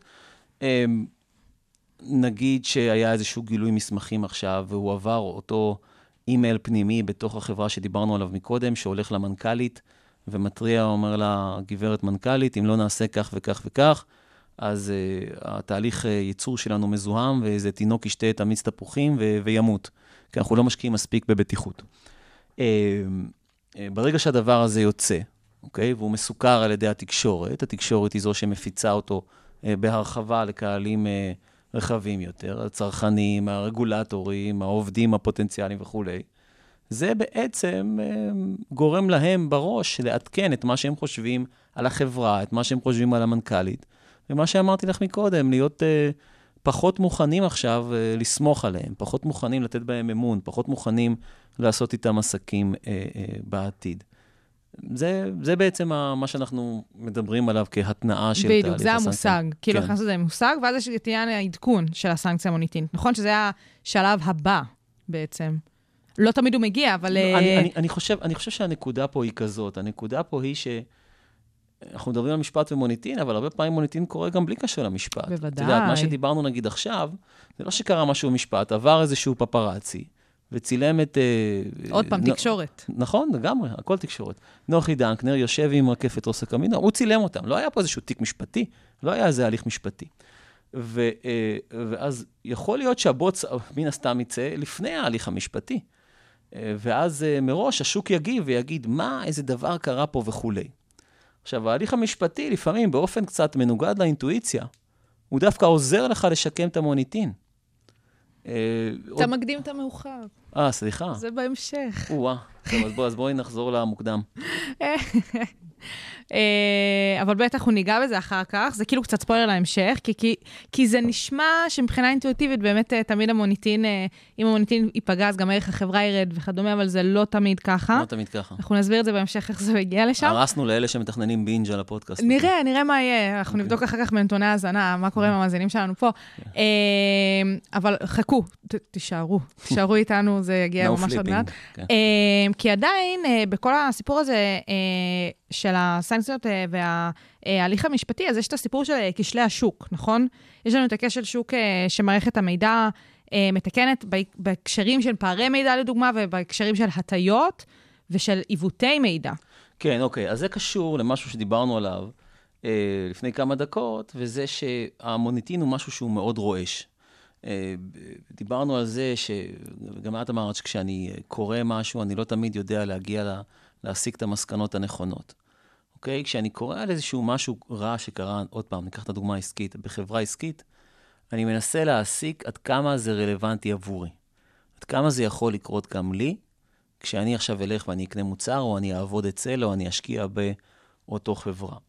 E: נגיד שהיה איזשהו גילוי מסמכים עכשיו, והוא עבר אותו אימייל פנימי בתוך החברה שדיברנו עליו מקודם, שהולך למנכ"לית, ומטריע אומר לה, גברת מנכ"לית, אם לא נעשה כך וכך וכך, אז התהליך ייצור שלנו מזוהם, ואיזה תינוק ישתה את המיץ תפוחים ו- וימות, כי אנחנו לא משקיעים מספיק בבטיחות. ברגע שהדבר הזה יוצא, אוקיי? והוא מסוכר על ידי התקשורת. התקשורת היא זו שמפיצה אותו אה, בהרחבה לקהלים אה, רחבים יותר, הצרכנים, הרגולטורים, העובדים הפוטנציאליים וכו'. זה בעצם אה, גורם להם בראש לעדכן את מה שהם חושבים על החברה, את מה שהם חושבים על המנכ"לית, ומה שאמרתי לך מקודם, להיות אה, פחות מוכנים עכשיו אה, לסמוך עליהם, פחות מוכנים לתת בהם אמון, פחות מוכנים לעשות איתם עסקים אה, אה, בעתיד. זה, זה בעצם מה שאנחנו מדברים עליו כהתנאה של תהליך הסנקציה. בדיוק,
D: זה המושג. כאילו, הכנסנו את זה מושג, ואז יש את עניין העדכון של הסנקציה המוניטינית. נכון שזה השלב הבא בעצם. לא תמיד הוא מגיע, אבל...
E: אני, אני, אני, חושב, אני חושב שהנקודה פה היא כזאת. הנקודה פה היא אנחנו מדברים על משפט ומוניטין, אבל הרבה פעמים מוניטין קורה גם בלי קשר למשפט.
D: בוודאי.
E: אתה יודע, מה שדיברנו נגיד עכשיו, זה לא שקרה משהו במשפט, עבר איזשהו פפרצי, וצילם את...
D: עוד פעם,
E: נ...
D: תקשורת.
E: נכון, לגמרי, הכל תקשורת. נוחי דנקנר יושב עם רקפת רוס הקמינו, הוא צילם אותם, לא היה פה איזשהו תיק משפטי, לא היה איזה הליך משפטי. ו... ואז יכול להיות שהבוץ מן הסתם יצא לפני ההליך המשפטי. ואז מראש השוק יגיב ויגיד, מה, איזה דבר קרה פה וכולי. עכשיו, ההליך המשפטי, לפעמים, באופן קצת מנוגד לאינטואיציה, הוא דווקא עוזר לך לשקם את המוניטין.
D: אתה מקדים את המאוחר.
E: אה, סליחה.
D: זה בהמשך.
E: וואה, טוב, אז בואי נחזור למוקדם.
D: אבל בטח הוא ניגע בזה אחר כך, זה כאילו קצת ספוילר להמשך, כי, כי, כי זה נשמע שמבחינה אינטואיטיבית באמת תמיד המוניטין, אם המוניטין ייפגע, אז גם ערך החברה ירד וכדומה, אבל זה לא תמיד ככה.
E: לא תמיד ככה.
D: אנחנו נסביר את זה בהמשך, איך זה הגיע לשם.
E: הרסנו לאלה שמתכננים בינג' על הפודקאסט.
D: נראה, נראה מה יהיה. אנחנו נבדוק אחר כך מנתוני ההזנה, מה קורה עם המאזינים שלנו פה. אבל חכו, תישארו, תישארו איתנו, זה יגיע ממש עוד מעט. כי עדיין, בכל הסיפור הזה של הסנקציות וההליך המשפטי, אז יש את הסיפור של כשלי השוק, נכון? יש לנו את הכשל שוק שמערכת המידע מתקנת בהקשרים של פערי מידע לדוגמה, ובהקשרים של הטיות ושל עיוותי מידע.
E: כן, אוקיי. אז זה קשור למשהו שדיברנו עליו לפני כמה דקות, וזה שהמוניטין הוא משהו שהוא מאוד רועש. דיברנו על זה שגם את אמרת שכשאני קורא משהו, אני לא תמיד יודע להגיע להסיק את המסקנות הנכונות. אוקיי? כשאני קורא על איזשהו משהו רע שקרה, עוד פעם, ניקח את הדוגמה העסקית, בחברה עסקית, אני מנסה להסיק עד כמה זה רלוונטי עבורי. עד כמה זה יכול לקרות גם לי, כשאני עכשיו אלך ואני אקנה מוצר, או אני אעבוד אצל, או אני אשקיע באותו חברה.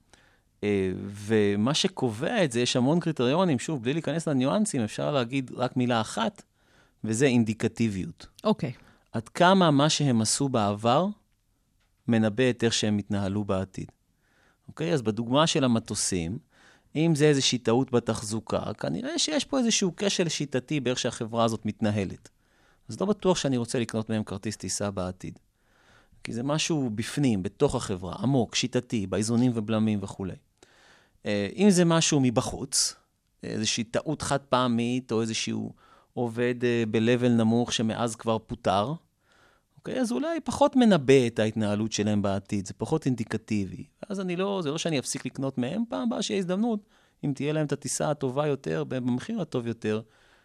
E: ומה שקובע את זה, יש המון קריטריונים, שוב, בלי להיכנס לניואנסים, אפשר להגיד רק מילה אחת, וזה אינדיקטיביות.
D: אוקיי.
E: עד כמה מה שהם עשו בעבר, מנבא את איך שהם מתנהלו בעתיד. אוקיי? אז בדוגמה של המטוסים, אם זה איזושהי טעות בתחזוקה, כנראה שיש פה איזשהו כשל שיטתי באיך שהחברה הזאת מתנהלת. אז לא בטוח שאני רוצה לקנות מהם כרטיס טיסה בעתיד. כי זה משהו בפנים, בתוך החברה, עמוק, שיטתי, באיזונים ובלמים וכו'. אם זה משהו מבחוץ, איזושהי טעות חד פעמית, או איזשהו עובד ב-level נמוך שמאז כבר פוטר, אוקיי? אז אולי פחות מנבא את ההתנהלות שלהם בעתיד, זה פחות אינדיקטיבי. אז אני לא, זה לא שאני אפסיק לקנות מהם, פעם הבאה שיהיה הזדמנות, אם תהיה להם את הטיסה הטובה יותר, במחיר הטוב יותר,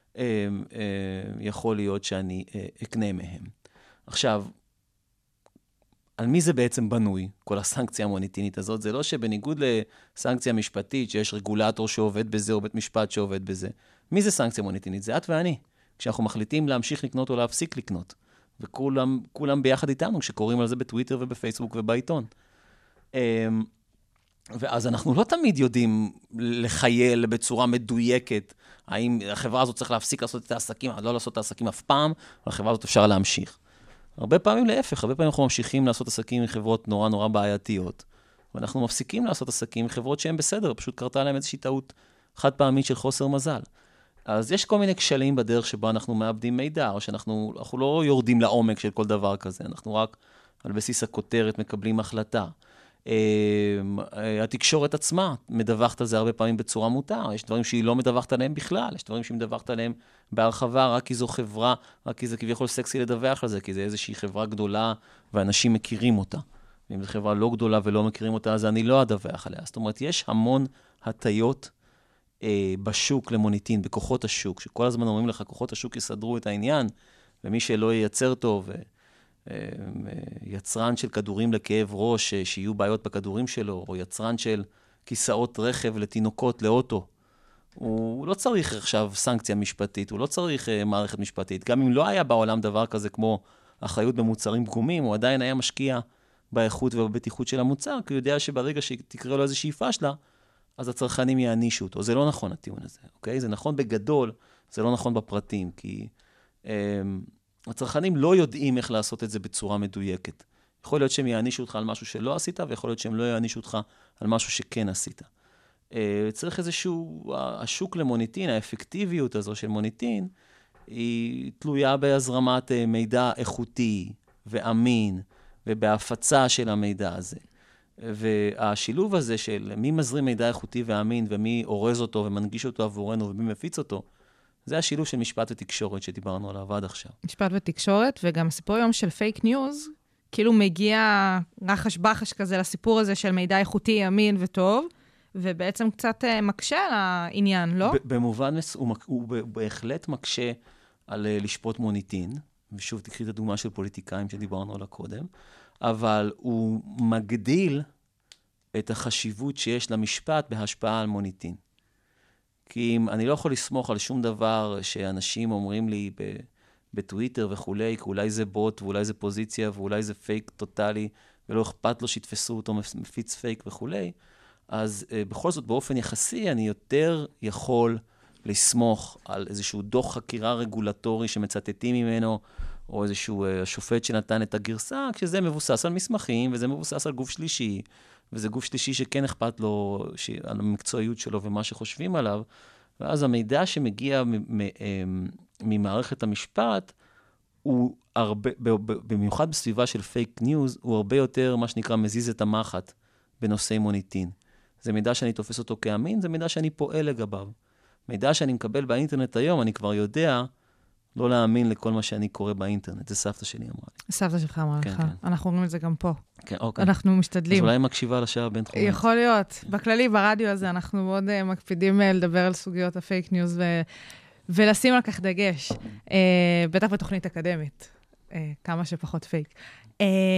E: יכול להיות שאני אקנה מהם. עכשיו, על מי זה בעצם בנוי, כל הסנקציה המוניטינית הזאת? זה לא שבניגוד לסנקציה משפטית, שיש רגולטור שעובד בזה, או בית משפט שעובד בזה. מי זה סנקציה מוניטינית? זה את ואני. כשאנחנו מחליטים להמשיך לקנות או להפסיק לקנות. וכולם כולם ביחד איתנו, כשקוראים על זה בטוויטר ובפייסבוק ובעיתון. ואז אנחנו לא תמיד יודעים לחייל בצורה מדויקת, האם החברה הזאת צריך להפסיק לעשות את העסקים, לא לעשות את העסקים אף פעם, והחברה הזאת אפשר להמשיך. הרבה פעמים להפך, הרבה פעמים אנחנו ממשיכים לעשות עסקים עם חברות נורא נורא בעייתיות, ואנחנו מפסיקים לעשות עסקים עם חברות שהן בסדר, פשוט קרתה להם איזושהי טעות חד פעמית של חוסר מזל. אז יש כל מיני כשלים בדרך שבה אנחנו מאבדים מידע, או שאנחנו אנחנו לא יורדים לעומק של כל דבר כזה, אנחנו רק על בסיס הכותרת מקבלים החלטה. התקשורת עצמה מדווחת על זה הרבה פעמים בצורה מותר, יש דברים שהיא לא מדווחת עליהם בכלל, יש דברים שהיא מדווחת עליהם בהרחבה, רק כי זו חברה, רק כי זה כביכול סקסי לדווח על זה, כי זה איזושהי חברה גדולה ואנשים מכירים אותה. ואם זו חברה לא גדולה ולא מכירים אותה, אז אני לא אדווח עליה. זאת אומרת, יש המון הטיות אה, בשוק למוניטין, בכוחות השוק, שכל הזמן אומרים לך, כוחות השוק יסדרו את העניין, ומי שלא ייצר טוב, יצרן של כדורים לכאב ראש, שיהיו בעיות בכדורים שלו, או יצרן של כיסאות רכב לתינוקות, לאוטו. הוא לא צריך עכשיו סנקציה משפטית, הוא לא צריך מערכת משפטית. גם אם לא היה בעולם דבר כזה כמו אחריות במוצרים פגומים, הוא עדיין היה משקיע באיכות ובבטיחות של המוצר, כי הוא יודע שברגע שתקרה לו איזושהי פשלה, אז הצרכנים יענישו אותו. זה לא נכון הטיעון הזה, אוקיי? זה נכון בגדול, זה לא נכון בפרטים, כי הצרכנים לא יודעים איך לעשות את זה בצורה מדויקת. יכול להיות שהם יענישו אותך על משהו שלא עשית, ויכול להיות שהם לא יענישו אותך על משהו שכן עשית. צריך איזשהו, השוק למוניטין, האפקטיביות הזו של מוניטין, היא תלויה בהזרמת מידע איכותי ואמין, ובהפצה של המידע הזה. והשילוב הזה של מי מזרים מידע איכותי ואמין, ומי אורז אותו ומנגיש אותו עבורנו, ומי מפיץ אותו, זה השילוב של משפט ותקשורת שדיברנו עליו עד עכשיו.
D: משפט ותקשורת, וגם הסיפור היום של פייק ניוז, כאילו מגיע רחש בחש כזה לסיפור הזה של מידע איכותי, אמין וטוב, ובעצם קצת מקשה על העניין, לא?
E: במובן, הוא בהחלט מקשה על לשפוט מוניטין, ושוב תקחי את הדוגמה של פוליטיקאים שדיברנו עליה קודם, אבל הוא מגדיל את החשיבות שיש למשפט בהשפעה על מוניטין. כי אם אני לא יכול לסמוך על שום דבר שאנשים אומרים לי בטוויטר וכולי, כי אולי זה בוט ואולי זה פוזיציה ואולי זה פייק טוטלי, ולא אכפת לו שיתפסו אותו מפיץ פייק וכולי, אז בכל זאת באופן יחסי אני יותר יכול לסמוך על איזשהו דוח חקירה רגולטורי שמצטטים ממנו, או איזשהו שופט שנתן את הגרסה, כשזה מבוסס על מסמכים, וזה מבוסס על גוף שלישי, וזה גוף שלישי שכן אכפת לו, על המקצועיות שלו ומה שחושבים עליו, ואז המידע שמגיע ממערכת המשפט, הוא הרבה, במיוחד בסביבה של פייק ניוז, הוא הרבה יותר מה שנקרא מזיז את המחט בנושאי מוניטין. זה מידע שאני תופס אותו כאמין, זה מידע שאני פועל לגביו. מידע שאני מקבל באינטרנט היום, אני כבר יודע לא להאמין לכל מה שאני קורא באינטרנט. זה סבתא שלי אמרה לי.
D: סבתא שלך אמרה לך.
E: כן.
D: אנחנו אומרים את זה גם פה.
E: כן, אוקיי.
D: אנחנו משתדלים.
E: אז אולי מקשיבה לשעה בין תחומים.
D: יכול להיות. בכללי, ברדיו הזה, אנחנו מאוד uh, מקפידים uh, לדבר על סוגיות הפייק ניוז ו... ולשים על כך דגש. Uh, בטח בתוכנית אקדמית. Uh, כמה שפחות פייק. Uh,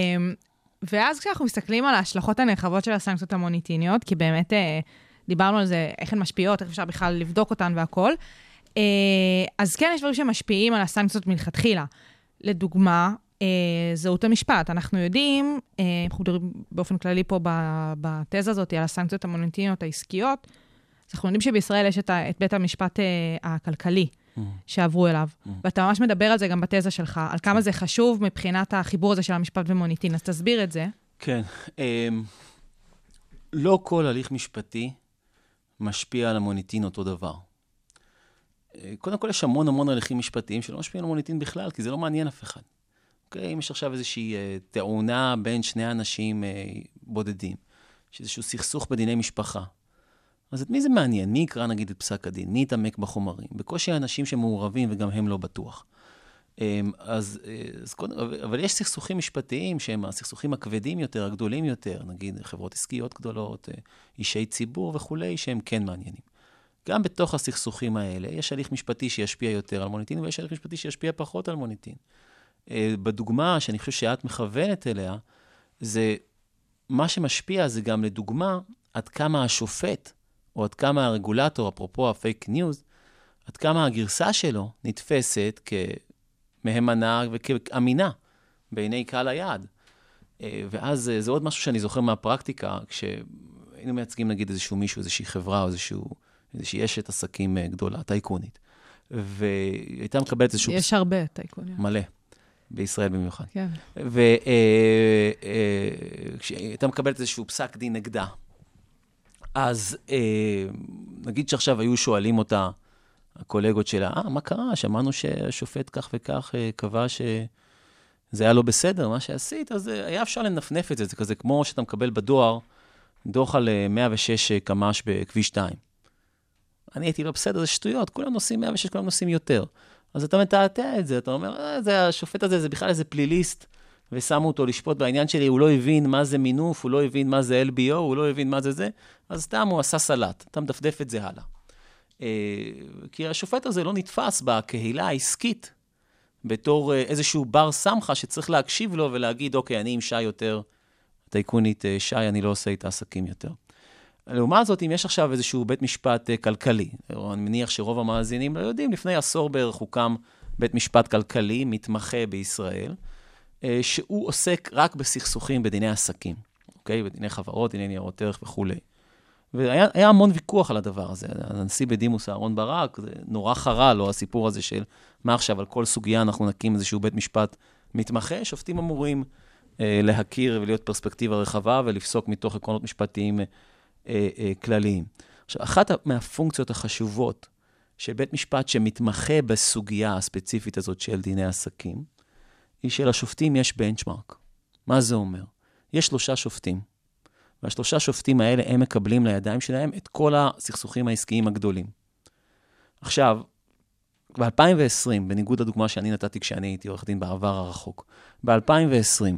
D: ואז כשאנחנו מסתכלים על ההשלכות הנרחבות של הסנקציות המוניטיניות, כי באמת uh, דיברנו על זה, איך הן משפיעות, איך אפשר בכלל לבדוק אותן והכל, uh, אז כן, יש דברים שמשפיעים על הסנקציות מלכתחילה. לדוגמה, uh, זהות המשפט. אנחנו יודעים, uh, אנחנו מדברים באופן כללי פה בתזה הזאת, על הסנקציות המוניטיניות העסקיות, אז אנחנו יודעים שבישראל יש את, ה, את בית המשפט uh, הכלכלי, mm. שעברו אליו. Mm. ואתה ממש מדבר על זה גם בתזה שלך, על כמה זה חשוב מבחינת החיבור הזה של המשפט ומוניטין. אז תסביר את זה.
E: כן. Um, לא כל הליך משפטי משפיע על המוניטין אותו דבר. קודם כל, יש המון המון הליכים משפטיים שלא משפיעים על המוניטין בכלל, כי זה לא מעניין אף אחד. אוקיי? אם יש עכשיו איזושהי uh, טעונה בין שני אנשים uh, בודדים, שאיזשהו סכסוך בדיני משפחה, אז את מי זה מעניין? מי יקרא נגיד את פסק הדין? מי יתעמק בחומרים? בקושי האנשים שמעורבים וגם הם לא בטוח. אז, אז קודם, אבל יש סכסוכים משפטיים שהם הסכסוכים הכבדים יותר, הגדולים יותר, נגיד חברות עסקיות גדולות, אישי ציבור וכולי, שהם כן מעניינים. גם בתוך הסכסוכים האלה יש הליך משפטי שישפיע יותר על מוניטין, ויש הליך משפטי שישפיע פחות על מוניטין. בדוגמה שאני חושב שאת מכוונת אליה, זה מה שמשפיע זה גם לדוגמה עד כמה השופט, או עד כמה הרגולטור, אפרופו הפייק ניוז, עד כמה הגרסה שלו נתפסת כמהימנה וכאמינה בעיני קהל היעד. ואז זה עוד משהו שאני זוכר מהפרקטיקה, כשהיינו מייצגים נגיד איזשהו מישהו, איזושהי חברה, או איזשהו, איזושהי אשת עסקים גדולה, טייקונית. והייתה מקבלת איזשהו...
D: יש הרבה טייקוניות.
E: מלא. בישראל במיוחד.
D: כן.
E: וכשהייתה מקבלת איזשהו פסק דין נגדה, אז נגיד שעכשיו היו שואלים אותה, הקולגות שלה, אה, מה קרה? שמענו שהשופט כך וכך קבע שזה היה לא בסדר, מה שעשית, אז היה אפשר לנפנף את זה, זה כזה כמו שאתה מקבל בדואר, דוח על מאה ושש קמ"ש בכביש שתיים. אני הייתי לא בסדר, זה שטויות, כולם נוסעים מאה ושש, כולם נוסעים יותר. אז אתה מתעתע את זה, אתה אומר, אה, זה, השופט הזה, זה בכלל איזה פליליסט, ושמו אותו לשפוט בעניין שלי, הוא לא הבין מה זה מינוף, הוא לא הבין מה זה אל בי או, הוא לא הבין מה זה זה, אז סתם הוא עשה סלט, אתה מדפדף את זה הלאה. כי השופט הזה לא נתפס בקהילה העסקית, בתור איזשהו בר סמכה שצריך להקשיב לו ולהגיד, אוקיי, אני עם שי יותר, טייקונית שי, אני לא עושה את העסקים יותר. לעומת זאת, אם יש עכשיו איזשהו בית משפט כלכלי, או אני מניח שרוב המאזינים לא יודעים, לפני עשור בערך הוקם בית משפט כלכלי, מתמחה בישראל, שהוא עוסק רק בסכסוכים בדיני עסקים, אוקיי? בדיני חברות, דיני ניירות ערך וכו'. והיה היה המון ויכוח על הדבר הזה. הנשיא בדימוס אהרון ברק, זה נורא חרה לו הסיפור הזה של מה עכשיו, על כל סוגיה אנחנו נקים איזשהו בית משפט מתמחה, שופטים אמורים אה, להכיר ולהיות פרספקטיבה רחבה ולפסוק מתוך עקרונות משפטיים אה, אה, כלליים. עכשיו, אחת מהפונקציות החשובות של בית משפט שמתמחה בסוגיה הספציפית הזאת של דיני עסקים, היא שלשופטים יש בנצ'מרק. מה זה אומר? יש שלושה שופטים. והשלושה שופטים האלה, הם מקבלים לידיים שלהם את כל הסכסוכים העסקיים הגדולים. עכשיו, ב-אלפיים ועשרים, בניגוד לדוגמה שאני נתתי כשאני הייתי עורך דין בעבר הרחוק, ב-אלפיים ועשרים,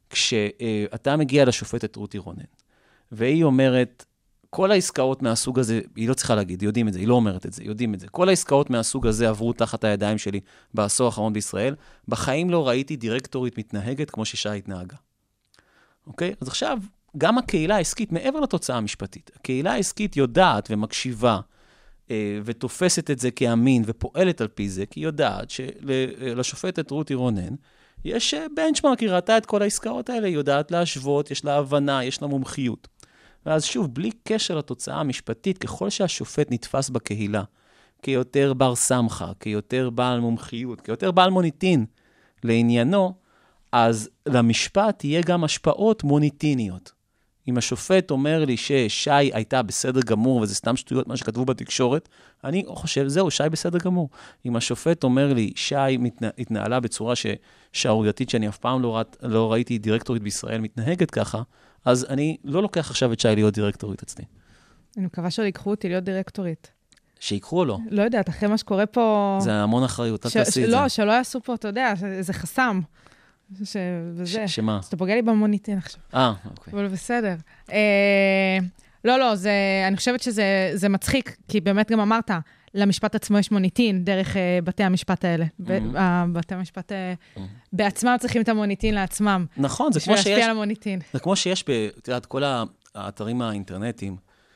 E: כשאתה מגיע לשופטת רותי רונן, והיא אומרת, כל העסקאות מהסוג הזה, היא לא צריכה להגיד, יודעים את זה, היא לא אומרת את זה, יודעים את זה. כל העסקאות מהסוג הזה עברו תחת הידיים שלי בעשור האחרון בישראל. בחיים לא ראיתי דירקטורית מתנהגת כמו ששי התנהגה. אוקיי? אז עכשיו, גם הקהילה העסקית, מעבר לתוצאה המשפטית, הקהילה העסקית יודעת ומקשיבה, אה, ותופסת את זה כאמין ופועלת על פי זה, כי היא יודעת שלשופטת רותי רונן, יש בנצ'מרק, היא ראתה את כל העסקאות האלה, היא יודעת להשוות, יש לה הבנה, יש לה מומחיות. ואז שוב, בלי קשר לתוצאה המשפטית, ככל שהשופט נתפס בקהילה, כיותר בר סמכה, כיותר בעל מומחיות, כיותר בעל מוניטין לעניינו, אז למשפט יהיה גם השפעות מוניטיניות. אם השופט אומר לי ששי הייתה בסדר גמור, וזה סתם שטויות מה שכתבו בתקשורת, אני חושב, זהו, שי בסדר גמור. אם השופט אומר לי, שי מתנה, התנהלה בצורה שערורייתית, שאני אף פעם לא, ראת, לא ראיתי דירקטורית בישראל מתנהגת ככה, אז אני לא לוקח עכשיו את שי להיות דירקטורית אצלי.
D: אני מקווה שלא ייקחו אותי להיות דירקטורית.
E: שיקחו או לא?
D: לא יודעת, אחרי מה שקורה פה...
E: זה המון אחריות, אל
D: ש...
E: תעשי את זה.
D: לא, שלא יעשו פה, אתה יודע, זה חסם. ש... וזה.
E: ש... שמה?
D: אז אתה פוגע לי במוניטין עכשיו.
E: אה, אוקיי.
D: אבל בסדר. אה... לא, לא, זה... אני חושבת שזה זה מצחיק, כי באמת גם אמרת, למשפט עצמו יש מוניטין דרך אה, בתי המשפט האלה. Mm-hmm. ב... בתי המשפט אה... mm-hmm. בעצמם צריכים את המוניטין לעצמם.
E: נכון, זה כמו שיש...
D: להשפיע על המוניטין.
E: זה כמו שיש, ב... תראה, כל האתרים האינטרנטיים,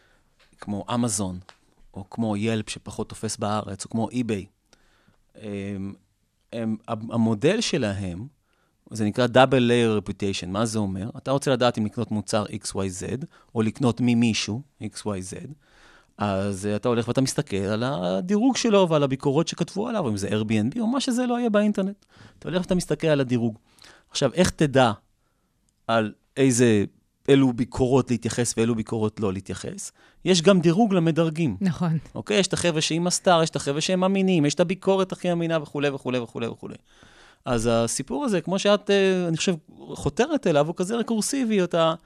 E: כמו אמזון, או כמו ילפ שפחות תופס בארץ, או כמו אי-ביי. הם, הם, המודל שלהם, זה נקרא double layer reputation. מה זה אומר? אתה רוצה לדעת אם לקנות מוצר אקס וואי זד, או לקנות ממישהו אקס וואי זד, אז אתה הולך ואתה מסתכל על הדירוג שלו, ועל הביקורות שכתבו עליו, אם זה Airbnb, או מה שזה לא יהיה באינטרנט. אתה הולך ואתה מסתכל על הדירוג. עכשיו, איך תדע על איזה... אילו ביקורות להתייחס ואילו ביקורות לא להתייחס. יש גם דירוג למדרגים.
D: נכון.
E: אוקיי? יש את החבר'ה שעם הסטאר, יש את החבר'ה שהם אמינים, יש את הביקורת הכי אמינה וכו' וכו' וכו' וכו'. אז הסיפור הזה, כמו שאת, אני חושב, חותרת אליו, הוא כזה רקורסיבי, אתה,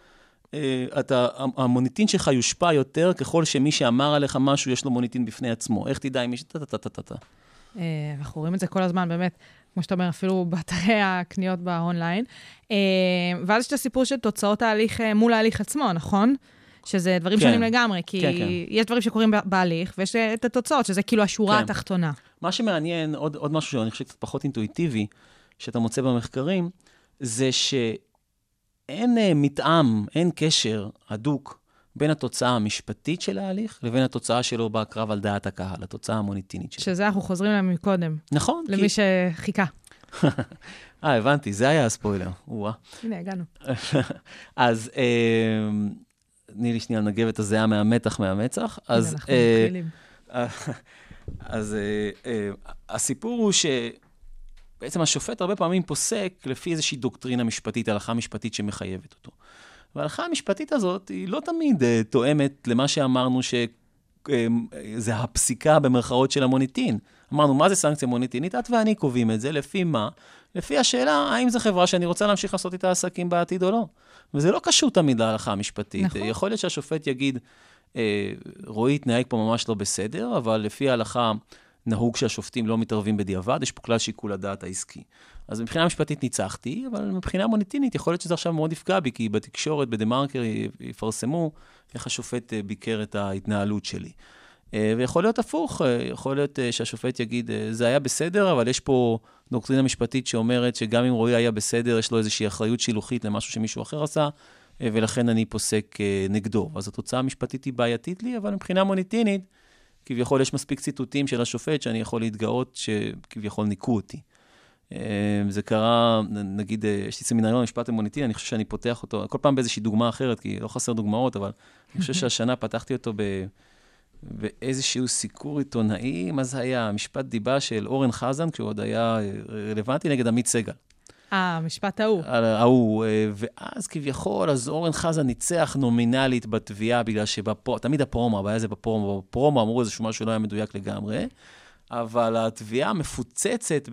E: אתה, המוניטין שלך יושפע יותר ככל שמי שאמר עליך משהו, יש לו מוניטין בפני עצמו. איך תדע אם יש... טה-טה-טה-טה-טה.
D: אנחנו רואים את זה כל הזמן, באמת. כמו שאתה אומר, אפילו באתרי הקניות באונליין. ואז יש את הסיפור של תוצאות ההליך מול ההליך עצמו, נכון? שזה דברים שונים לגמרי, כי יש דברים שקורים בהליך, ויש את התוצאות, שזה כאילו השורה התחתונה.
E: מה שמעניין, עוד משהו שאני חושב קצת פחות אינטואיטיבי, שאתה מוצא במחקרים, זה שאין מתאם, אין קשר הדוק, בין התוצאה המשפטית של ההליך, לבין התוצאה שלו בקרב על דעת הקהל, התוצאה המוניטינית שלו.
D: שזה אנחנו חוזרים להם מקודם.
E: נכון.
D: למי כי... שחיכה.
E: אה, הבנתי, זה היה הספוילר. וואה.
D: הנה, הגענו.
E: אז, אה, תני לי שנייה לנגב את הזיעה מהמתח מהמצח.
D: הנה,
E: אז,
D: אנחנו
E: אה,
D: מתחילים.
E: אז אה, אה, הסיפור הוא ש... בעצם השופט הרבה פעמים פוסק לפי איזושהי דוקטרינה משפטית, הלכה משפטית שמחייבת אותו. וההלכה המשפטית הזאת היא לא תמיד uh, תואמת למה שאמרנו שזה uh, הפסיקה במרכאות של המוניטין. אמרנו, מה זה סנקציה מוניטינית? את ואני קובעים את זה, לפי מה? לפי השאלה, האם זו חברה שאני רוצה להמשיך לעשות איתה עסקים בעתיד או לא. וזה לא קשור תמיד להלכה המשפטית. נכון. יכול להיות שהשופט יגיד, אה, רואי התנהג פה ממש לא בסדר, אבל לפי ההלכה נהוג שהשופטים לא מתערבים בדיעבד, יש פה כלל שיקול הדעת העסקי. אז מבחינה משפטית ניצחתי, אבל מבחינה מוניטינית יכול להיות שזה עכשיו מאוד יפגע בי, כי בתקשורת, בדה-מרקר, יפרסמו איך השופט ביקר את ההתנהלות שלי. ויכול להיות הפוך, יכול להיות שהשופט יגיד, זה היה בסדר, אבל יש פה דוקטרינה משפטית שאומרת שגם אם רועי היה בסדר, יש לו איזושהי אחריות שילוחית למשהו שמישהו אחר עשה, ולכן אני פוסק נגדו. אז התוצאה המשפטית היא בעייתית לי, אבל מבחינה מוניטינית, כביכול יש מספיק ציטוטים של השופט שאני יכול להתגאות שכביכול ניקו אותי. זה קרה, נגיד, יש לי סמינריון משפט המוניטין, אני חושב שאני פותח אותו, כל פעם באיזושהי דוגמה אחרת, כי לא חסר דוגמאות, אבל אני חושב שהשנה פתחתי אותו ב... באיזשהו סיקור עיתונאי, מה זה היה? משפט דיבה של אורן חזן, כשהוא עוד היה רלוונטי נגד עמית סגל.
D: אה, משפט ההוא.
E: ההוא, ואז כביכול, אז אורן חזן ניצח נומינלית בתביעה, בגלל שתמיד הפרומו, הבעיה זה בפרומו, בפרומו אמרו איזשהו משהו לא היה מדויק לגמרי, אבל התביעה מפוצצת,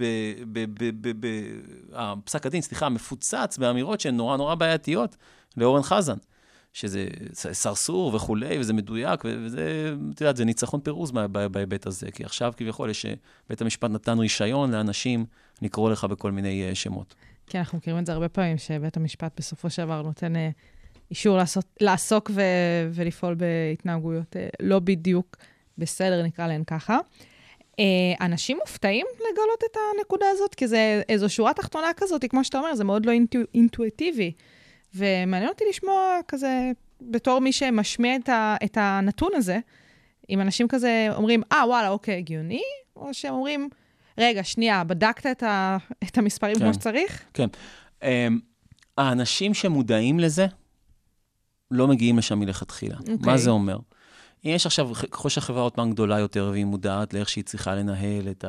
E: הפסק הדין, סליחה, מפוצץ באמירות שהן נורא נורא בעייתיות לאורן חזן, שזה סרסור וכולי, וזה מדויק, וזה, אתה יודע, זה ניצחון פירוז בהיבט הזה, כי עכשיו כביכול יש בית המשפט נתן רישיון לאנשים לקרוא לך בכל מיני שמות.
D: כן, אנחנו מכירים את זה הרבה פעמים, שבית המשפט בסופו של דבר נותן אישור לעשות, לעסוק ו, ולפעול בהתנהגויות לא בדיוק בסדר, נקרא להן ככה. אנשים מופתעים לגלות את הנקודה הזאת, כי זה איזו שורה תחתונה כזאת, כמו שאתה אומר, זה מאוד לא אינטו, אינטואיטיבי. ומעניין אותי לשמוע כזה, בתור מי שמשמיע את, ה, את הנתון הזה, אם אנשים כזה אומרים, אה, וואלה, אוקיי, הגיוני, או שהם אומרים, רגע, שנייה, בדקת את, ה, את המספרים כן. כמו שצריך?
E: כן. Um, האנשים שמודעים לזה, לא מגיעים לשם מלכתחילה. Okay. מה זה אומר? אם יש עכשיו, ככל שהחברה עוד פעם גדולה יותר, והיא מודעת לאיך שהיא צריכה לנהל את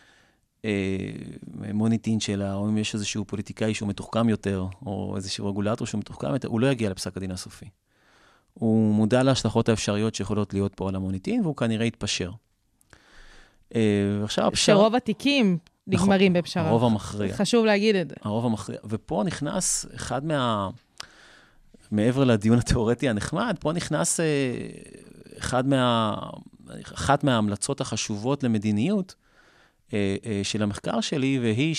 E: המוניטין שלה, או אם יש איזשהו פוליטיקאי שהוא מתוחכם יותר, או איזשהו רגולטור שהוא מתוחכם יותר, הוא לא יגיע לפסק הדין הסופי. הוא מודע להשלכות האפשריות שיכולות להיות פה על המוניטין, והוא כנראה יתפשר. ועכשיו הפשר...
D: שרוב התיקים נגמרים
E: נכון,
D: בפשרה.
E: הרוב המכריע.
D: חשוב להגיד את זה.
E: הרוב המכריע. ופה נכנס אחד מה... מעבר לדיון התיאורטי הנחמד, פה נכנס אחד מה... אחת מההמלצות החשובות למדיניות של המחקר שלי, והיא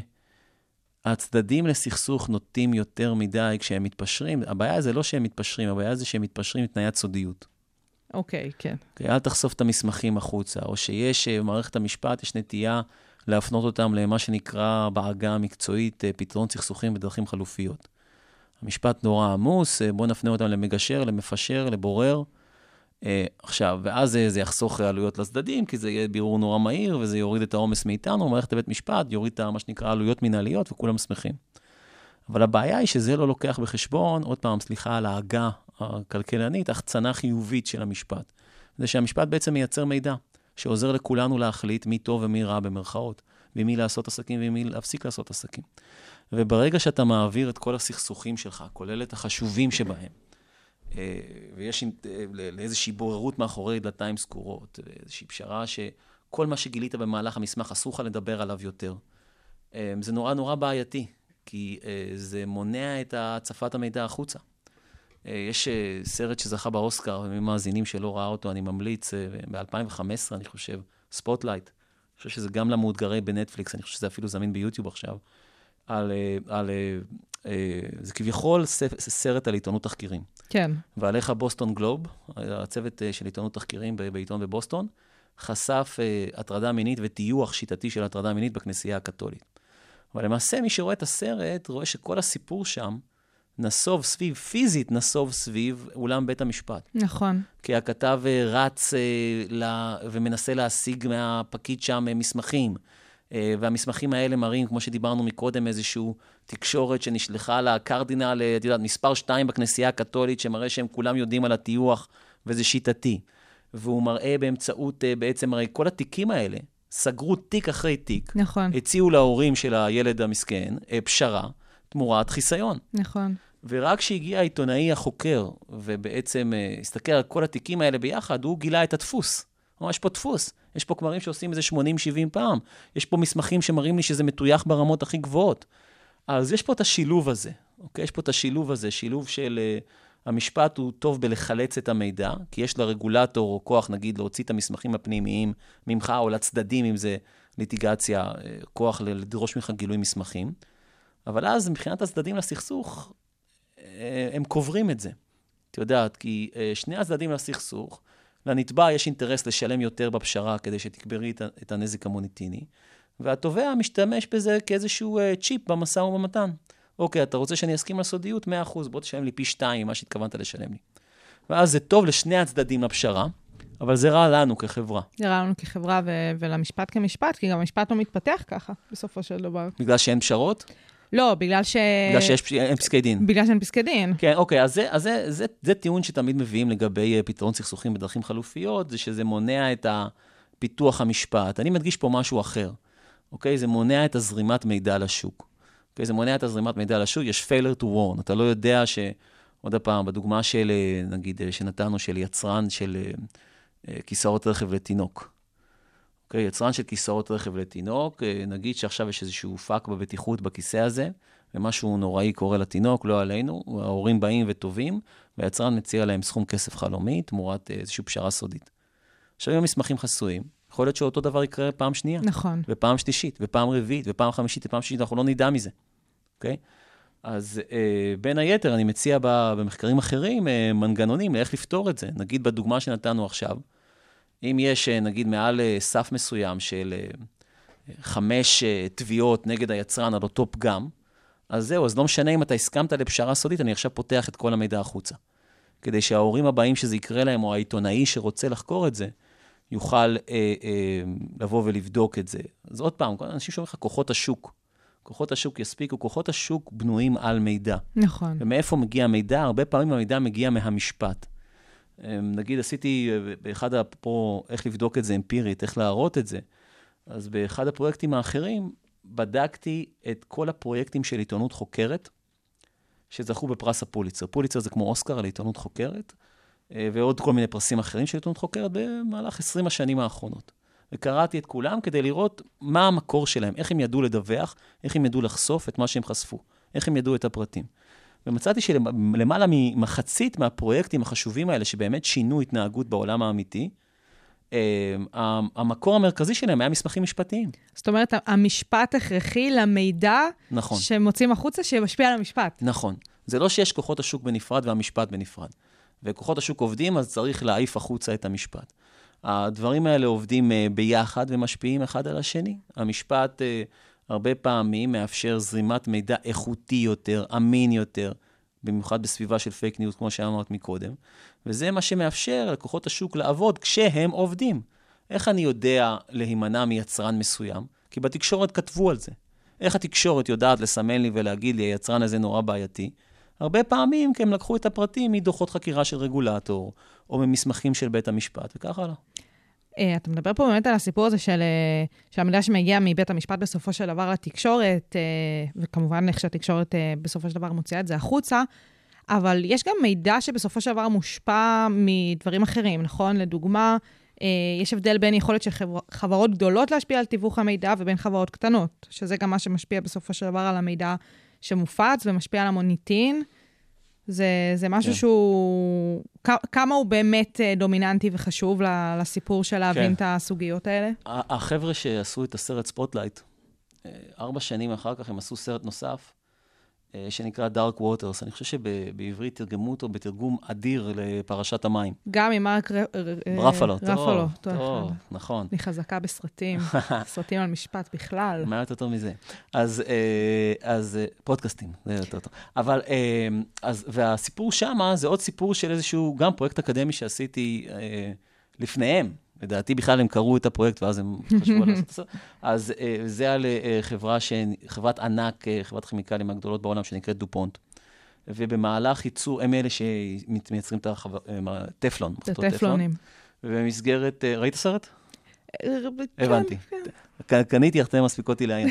E: שהצדדים לסכסוך נוטים יותר מדי כשהם מתפשרים. הבעיה זה לא שהם מתפשרים, הבעיה זה שהם מתפשרים מתניית סודיות.
D: אוקיי, כן.
E: אל תחשוף את המסמכים החוצה, או שיש במערכת המשפט, יש נטייה להפנות אותם למה שנקרא בעגה המקצועית, פתרון סכסוכים בדרכים חלופיות. המשפט נורא עמוס, בוא נפנה אותם למגשר, למפשר, לבורר. עכשיו, ואז זה, זה יחסוך עלויות לצדדים, כי זה יהיה בירור נורא מהיר, וזה יוריד את העומס מאיתנו, מערכת הבית משפט, יוריד את מה שנקרא עלויות מנהליות, וכולם שמחים. אבל הבעיה היא שזה לא לוקח בחשבון, עוד פעם, סליחה על ההגה הכלכלנית, החצנה חיובית של המשפט. זה שהמשפט בעצם מייצר מידע, שעוזר לכולנו להחליט מי טוב ומי רע במרכאות, ומי לעשות עסקים ומי להפסיק לעשות עסקים. וברגע שאתה מעביר את כל הסכסוכים שלך, כולל את החשובים שבהם, ויש לאיזושהי בוררות מאחורי דלתיים סגורות, איזושהי פשרה שכל מה שגילית במהלך המסמך אסור לך לדבר עליו יותר. זה נורא נורא בעייתי, כי זה מונע את הצפת המידע החוצה. יש סרט שזכה באוסקר, וממאזינים שלא ראה אותו, אני ממליץ, ב-אלפיים וחמש עשרה, אני חושב, ספוטלייט. אני חושב שזה גם למאותגרי בנטפליקס, אני חושב שזה אפילו זמין ביוטיוב עכשיו, על, על, זה כביכול סרט על עיתונות תחקירים.
D: כן. ועליך
E: בוסטון גלוב, הצוות של עיתונות תחקירים בעיתון בבוסטון, חשף הטרדה מינית וטיוח שיטתי של הטרדה מינית בכנסייה הקתולית. אבל למעשה, מי שרואה את הסרט, רואה שכל הסיפור שם, נסוב סביב, פיזית נסוב סביב אולם בית המשפט.
D: נכון.
E: כי הכתב רץ לה, ומנסה להשיג מהפקיד שם מסמכים, והמסמכים האלה מראים, כמו שדיברנו מקודם, איזשהו תקשורת שנשלחה לקרדינל, את יודעת, מספר שתיים בכנסייה הקתולית, שמראה שהם כולם יודעים על הטיוח, וזה שיטתי. והוא מראה באמצעות, בעצם, הרי כל התיקים האלה, סגרו תיק אחרי תיק,
D: נכון.
E: הציעו להורים של הילד המסכן, פשרה, תמורת חיסיון.
D: נכון.
E: ורק כשהגיע העיתונאי החוקר, ובעצם הסתכל על כל התיקים האלה ביחד, הוא גילה את הדפוס. הוא אמר, יש פה דפוס. יש פה כמרים שעושים איזה שמונים שבעים פעם. יש פה מסמכים שמראים לי שזה מטויח ברמות הכי גבוהות. אז יש פה את השילוב הזה. אוקיי? יש פה את השילוב הזה. שילוב של uh, המשפט הוא טוב בלחלץ את המידע, כי יש לרגולטור או כוח, נגיד, להוציא את המסמכים הפנימיים ממך, או לצדדים, אם זה ליטיגציה, כוח לדרוש ממך גילוי מסמכים. אבל אז, מבחינת הצדדים לסכסוך, הם קוברים את זה. את יודעת, כי שני הצדדים לסכסוך, לנתבע יש אינטרס לשלם יותר בפשרה, כדי שתקברי את הנזק המוניטיני, והתובע משתמש בזה כאיזשהו צ'יפ במשא ומתן. אוקיי, אתה רוצה שאני אסכים לסודיות? מאה אחוז, בוא תשלם לי פי שתיים, מה שהתכוונת לשלם לי. ואז זה טוב לשני הצדדים לפשרה, אבל זה רע לנו כחברה.
D: זה רע לנו כחברה ו- ולמשפט כמשפט, כי גם המשפט לא מתפתח ככה, בסופו של דבר.
E: בגלל שאין פשרות?
D: לא, בגלל ש...
E: בגלל שיש אין פסקי דין.
D: בגלל שאין פסקי דין.
E: כן, אוקיי, אז, זה, אז זה, זה, זה טיעון שתמיד מביאים לגבי פתרון סכסוכים בדרכים חלופיות, זה שזה מונע את הפיתוח המשפט. אני מדגיש פה משהו אחר, אוקיי? זה מונע את הזרימת מידע לשוק. אוקיי? זה מונע את הזרימת מידע לשוק, יש failure to warn. אתה לא יודע ש... עוד הפעם, בדוגמה של, נגיד, שנתנו של יצרן של כיסאות רכב לתינוק. אוקיי, יצרן של כיסאות רכב לתינוק, נגיד שעכשיו יש איזשהו פאק בבטיחות בכיסא הזה, ומשהו נוראי קורה לתינוק, לא עלינו, ההורים באים וטובים, והיצרן מציע להם סכום כסף חלומי, תמורת איזושהי פשרה סודית. עכשיו, אם מסמכים חסויים, יכול להיות שאותו דבר יקרה פעם שנייה.
D: נכון.
E: ופעם שלישית, ופעם רביעית, ופעם חמישית, ופעם שישית, אנחנו לא נדע מזה. אוקיי? אז אה, בין היתר, אני מציע במחקרים אחרים אה, מנגנונים לאיך לפתור את זה. נגיד בדוגמה שנתנו עכשיו, אם יש, אה, נגיד, מעל אה, סף מסוים של אה, חמש אה, תביעות נגד היצרן על אותו פגם, אז זהו, אז לא משנה אם אתה הסכמת לפשרה סודית, אני עכשיו פותח את כל המידע החוצה. כדי שההורים הבאים שזה יקרה להם, או העיתונאי שרוצה לחקור את זה, יוכל אה, אה, לבוא ולבדוק את זה. אז עוד פעם, אנשים שאומרים לך, כוחות השוק. כוחות השוק יספיקו, כוחות השוק בנויים על מידע.
D: נכון.
E: ומאיפה מגיע המידע? הרבה פעמים המידע מגיע מהמשפט. נגיד, עשיתי באחד הפרו, איך לבדוק את זה אמפירית, איך להראות את זה. אז באחד הפרויקטים האחרים, בדקתי את כל הפרויקטים של עיתונות חוקרת, שזכו בפרס הפוליצר. פוליצר זה כמו אוסקר על עיתונות חוקרת, ועוד כל מיני פרסים אחרים של עיתונות חוקרת במהלך עשרים השנים האחרונות. וקראתי את כולם כדי לראות מה המקור שלהם, איך הם ידעו לדווח, איך הם ידעו לחשוף את מה שהם חשפו, איך הם ידעו את הפרטים. ומצאתי שלמעלה ממחצית מהפרויקטים החשובים האלה, שבאמת שינו התנהגות בעולם האמיתי, המקור המרכזי שלהם היה מסמכים משפטיים.
D: זאת אומרת, המשפט הכרחי למידע
E: נכון.
D: שמוצאים החוצה, שמשפיע על המשפט.
E: נכון. זה לא שיש כוחות השוק בנפרד והמשפט בנפרד. וכוחות השוק עובדים, אז צריך להעיף החוצה את המשפט. הדברים האלה עובדים ביחד ומשפיעים אחד על השני. המשפט הרבה פעמים מאפשר זרימת מידע איכותי יותר, אמין יותר, במיוחד בסביבה של פייק ניוז, כמו שאמרת מקודם. וזה מה שמאפשר לכוחות השוק לעבוד כשהם עובדים. איך אני יודע להימנע מיצרן מסוים? כי בתקשורת כתבו על זה. איך התקשורת יודעת לסמן לי ולהגיד לי, היצרן הזה נורא בעייתי? הרבה פעמים כי הם לקחו את הפרטים מדוחות חקירה של רגולטור, או ממסמכים של בית המשפט, וככה לא.
D: אתה מדבר פה באמת על הסיפור הזה של שהמידע שמגיע מבית המשפט בסופו של דבר לתקשורת, וכמובן איך שהתקשורת בסופו של דבר מוציאה את זה החוצה, אבל יש גם מידע שבסופו של דבר מושפע מדברים אחרים, נכון? לדוגמה, יש הבדל בין יכולת של חברות גדולות להשפיע על תיווך המידע, ובין חברות קטנות, שזה גם מה שמשפיע בסופו של דבר על המידע שמופץ ומשפיע על המוניטין. זה, זה משהו כן. שהוא, כמה הוא באמת דומיננטי וחשוב לסיפור של להבין כן. את הסוגיות האלה?
E: החבר'ה שעשו את הסרט ספוטלייט, ארבע שנים אחר כך הם עשו סרט נוסף, שנקרא Dark Waters. אני חושב שבעברית תרגמו אותו בתרגום אדיר לפרשת המים. גם עם מרק רפלו. רפלו, טוב, נכון.
D: אני חזקה בסרטים, סרטים על משפט בכלל.
E: מה יותר טוב מזה? אז, אז פודקאסטים, זה יותר טוב. אבל, אז, והסיפור שמה זה עוד סיפור של איזשהו, גם פרויקט אקדמי שעשיתי לפניהם. לדעתי בכלל הם קראו את הפרויקט, ואז הם חשבו על לעשות את זה. אז זה על חברה, חברת ענק, חברת כימיקלים הגדולות בעולם, שנקראת דופונט. ובמהלך ייצור, הם אלה שמייצרים את הטפלון.
D: את הטפלונים.
E: ובמסגרת, ראית סרט? הבנתי. קניתי, אך מספיקות לי לעיין.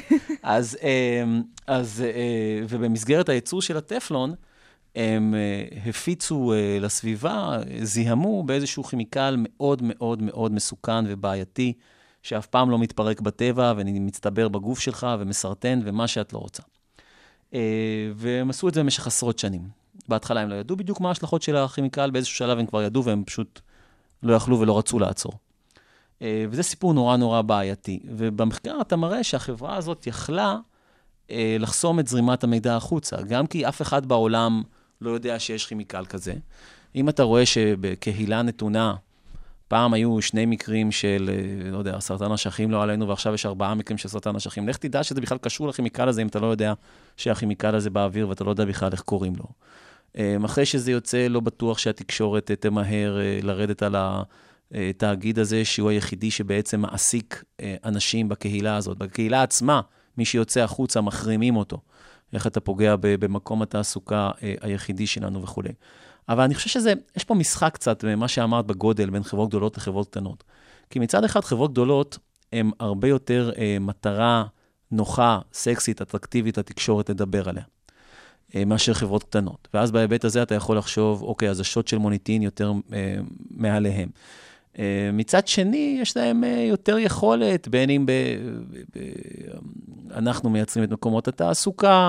E: אז, ובמסגרת הייצור של הטפלון, הם הפיצו לסביבה, זיהמו באיזשהו כימיקל מאוד מאוד מאוד מסוכן ובעייתי, שאף פעם לא מתפרק בטבע ומצטבר בגוף שלך ומסרטן ומה שאת לא רוצה. והם עשו את זה במשך עשרות שנים. בהתחלה הם לא ידעו בדיוק מה ההשלכות של הכימיקל, באיזשהו שלב הם כבר ידעו והם פשוט לא יכלו ולא רצו לעצור. וזה סיפור נורא נורא בעייתי. ובמחקר אתה מראה שהחברה הזאת יכלה לחסום את זרימת המידע החוצה, גם כי אף אחד בעולם לא יודע שיש כימיקל כזה. אם אתה רואה שבקהילה נתונה, פעם היו שני מקרים של, לא יודע, סרטן אשכים לא עלינו, ועכשיו יש ארבעה מקרים של סרטן אשכים. לך תדע שזה בכלל קשור לכימיקל הזה, אם אתה לא יודע שהכימיקל הזה באוויר, ואתה לא יודע בכלל איך קוראים לו. אחרי שזה יוצא, לא בטוח שהתקשורת תמהר לרדת על התאגיד הזה, שהוא היחידי שבעצם מעסיק אנשים בקהילה הזאת. בקהילה עצמה, מי שיוצא החוצה, מחרימים אותו. איך אתה פוגע במקום התעסוקה היחידי שלנו וכו'. אבל אני חושב שזה, יש פה משחק קצת, מה שאמרת בגודל, בין חברות גדולות לחברות קטנות. כי מצד אחד, חברות גדולות, הן הרבה יותר אה, מטרה נוחה, סקסית, אטרקטיבית, התקשורת לדבר עליה, אה, מאשר חברות קטנות. ואז בהיבט הזה אתה יכול לחשוב, אוקיי, אז השוט של מוניטין יותר אה, מעליהם. אה, מצד שני, יש להם אה, יותר יכולת, בין אם ב, ב, ב, אנחנו מייצרים את מקומות התעסוקה,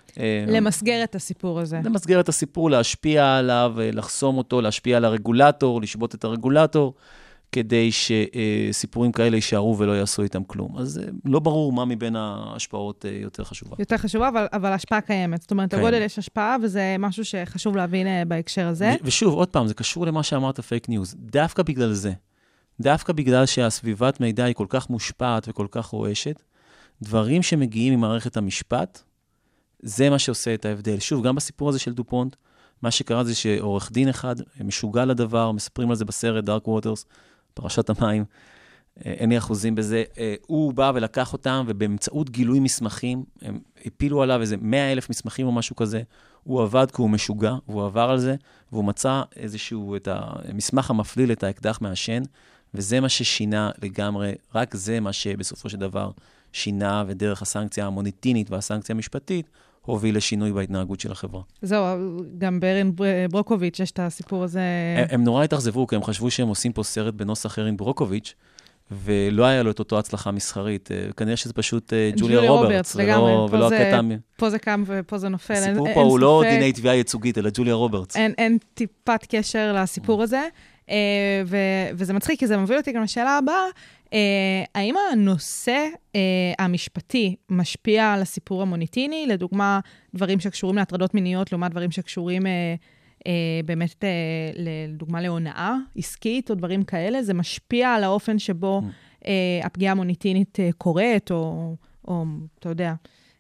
D: למסגר את הסיפור הזה.
E: למסגר את הסיפור, להשפיע עליו, לחסום אותו, להשפיע על הרגולטור, לשבות את הרגולטור, כדי שסיפורים כאלה יישארו ולא יעשו איתם כלום. אז לא ברור מה מבין ההשפעות יותר חשובה.
D: יותר חשובה, אבל, אבל השפעה קיימת. זאת אומרת, לגודל יש השפעה, וזה משהו שחשוב להבין בהקשר הזה.
E: ו- ושוב, עוד פעם, זה קשור למה שאמרת פייק ניוז. דווקא בגלל זה, דווקא בגלל שהסביבת מידע היא כל כך מושפעת וכל כך רועשת, דברים שמגיעים ממערכת המשפט, זה מה שעושה את ההבדל. שוב, גם בסיפור הזה של דופונט, מה שקרה זה שעורך דין אחד משוגע לדבר, מספרים על זה בסרט Dark Waters, פרשת המים, אין לי אחוזים בזה, הוא בא ולקח אותם, ובאמצעות גילוי מסמכים, הם הפילו עליו איזה מאה אלף מסמכים או משהו כזה, הוא עבד כי הוא משוגע, והוא עבר על זה, והוא מצא איזשהו, את המסמך המפליל, את האקדח מהשן, וזה מה ששינה לגמרי, רק זה מה שבסופו של דבר שינה, ודרך הסנקציה המוניטינית והסנקציה המשפטית, הוביל לשינוי בהתנהגות של החברה.
D: זהו, גם בארין ברוקוביץ' יש את הסיפור הזה.
E: הם, הם נורא התאכזבו, כי הם חשבו שהם עושים פה סרט בנוסח ארין ברוקוביץ', ולא היה לו את אותו הצלחה מסחרית. כנראה שזה פשוט ג'וליה רוברטס, ולא, ולא הקטע...
D: פה זה קם ופה זה נופל.
E: הסיפור פה הוא לא דיני תביעה ייצוגית, אלא ג'וליה רוברטס.
D: אין, אין טיפת קשר לסיפור הזה, ו, וזה מצחיק, כי זה מוביל אותי גם לשאלה הבאה, האם הנושא המשפטי משפיע על הסיפור המוניטיני? לדוגמה, דברים שקשורים להטרדות מיניות, לעומת דברים שקשורים באמת, לדוגמה, להונאה עסקית או דברים כאלה, זה משפיע על האופן שבו הפגיעה המוניטינית קורית, או, או אתה יודע,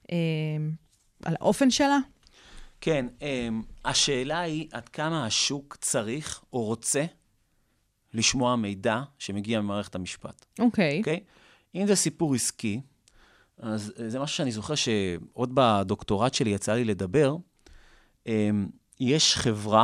D: על האופן שלה?
E: כן, השאלה היא עד כמה השוק צריך או רוצה לשמוע מידע שמגיע ממערכת המשפט.
D: אוקיי.
E: אוקיי? אם זה סיפור עסקי, אז זה משהו שאני זוכר שעוד בדוקטורט שלי יצא לי לדבר, יש חברה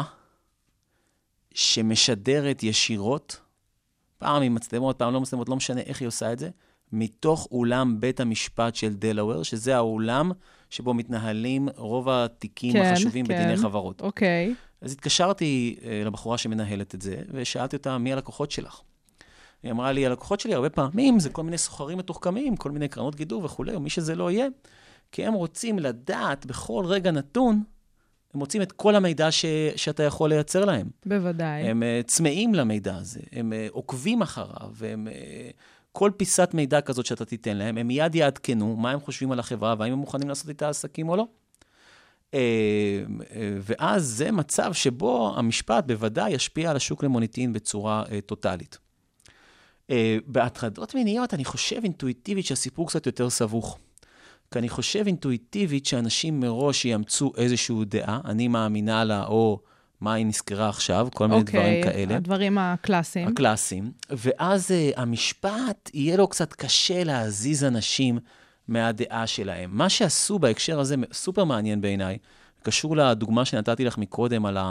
E: שמשדרת ישירות, פעם עם מצלמות, פעם לא מצלמות, לא משנה איך היא עושה את זה, מתוך אולם בית המשפט של דלוור, שזה האולם שבו מתנהלים רוב התיקים כן, החשובים כן. בדיני חברות.
D: אוקיי.
E: אז התקשרתי לבחורה שמנהלת את זה, ושאלתי אותה, מי הלקוחות שלך? היא אמרה לי, הלקוחות שלי הרבה פעמים, זה כל מיני סוחרים מתוחכמים, כל מיני קרנות גידור וכו', או מי שזה לא יהיה, כי הם רוצים לדעת בכל רגע נתון, הם רוצים את כל המידע ש... שאתה יכול לייצר להם.
D: בוודאי.
E: הם uh, צמאים למידע הזה, הם uh, עוקבים אחריו, והם... Uh, כל פיסת מידע כזאת שאתה תיתן להם, הם מיד יעדכנו מה הם חושבים על החברה, והאם הם מוכנים לעשות את העסקים או לא. ואז זה מצב שבו המשפט בוודאי ישפיע על השוק למוניטין בצורה טוטלית. בהטרדות מיניות אני חושב אינטואיטיבית שהסיפור קצת יותר סבוך. כי אני חושב אינטואיטיבית שאנשים מראש יאמצו איזושהי דעה, אני מאמינה לה או מה היא נזכרה עכשיו, כל מיני okay, דברים כאלה.
D: אוקיי, הדברים הקלאסיים.
E: הקלאסיים. ואז uh, המשפט יהיה לו קצת קשה להזיז אנשים מהדעה שלהם. מה שעשו בהקשר הזה סופר מעניין בעיניי, קשור לדוגמה שנתתי לך מקודם על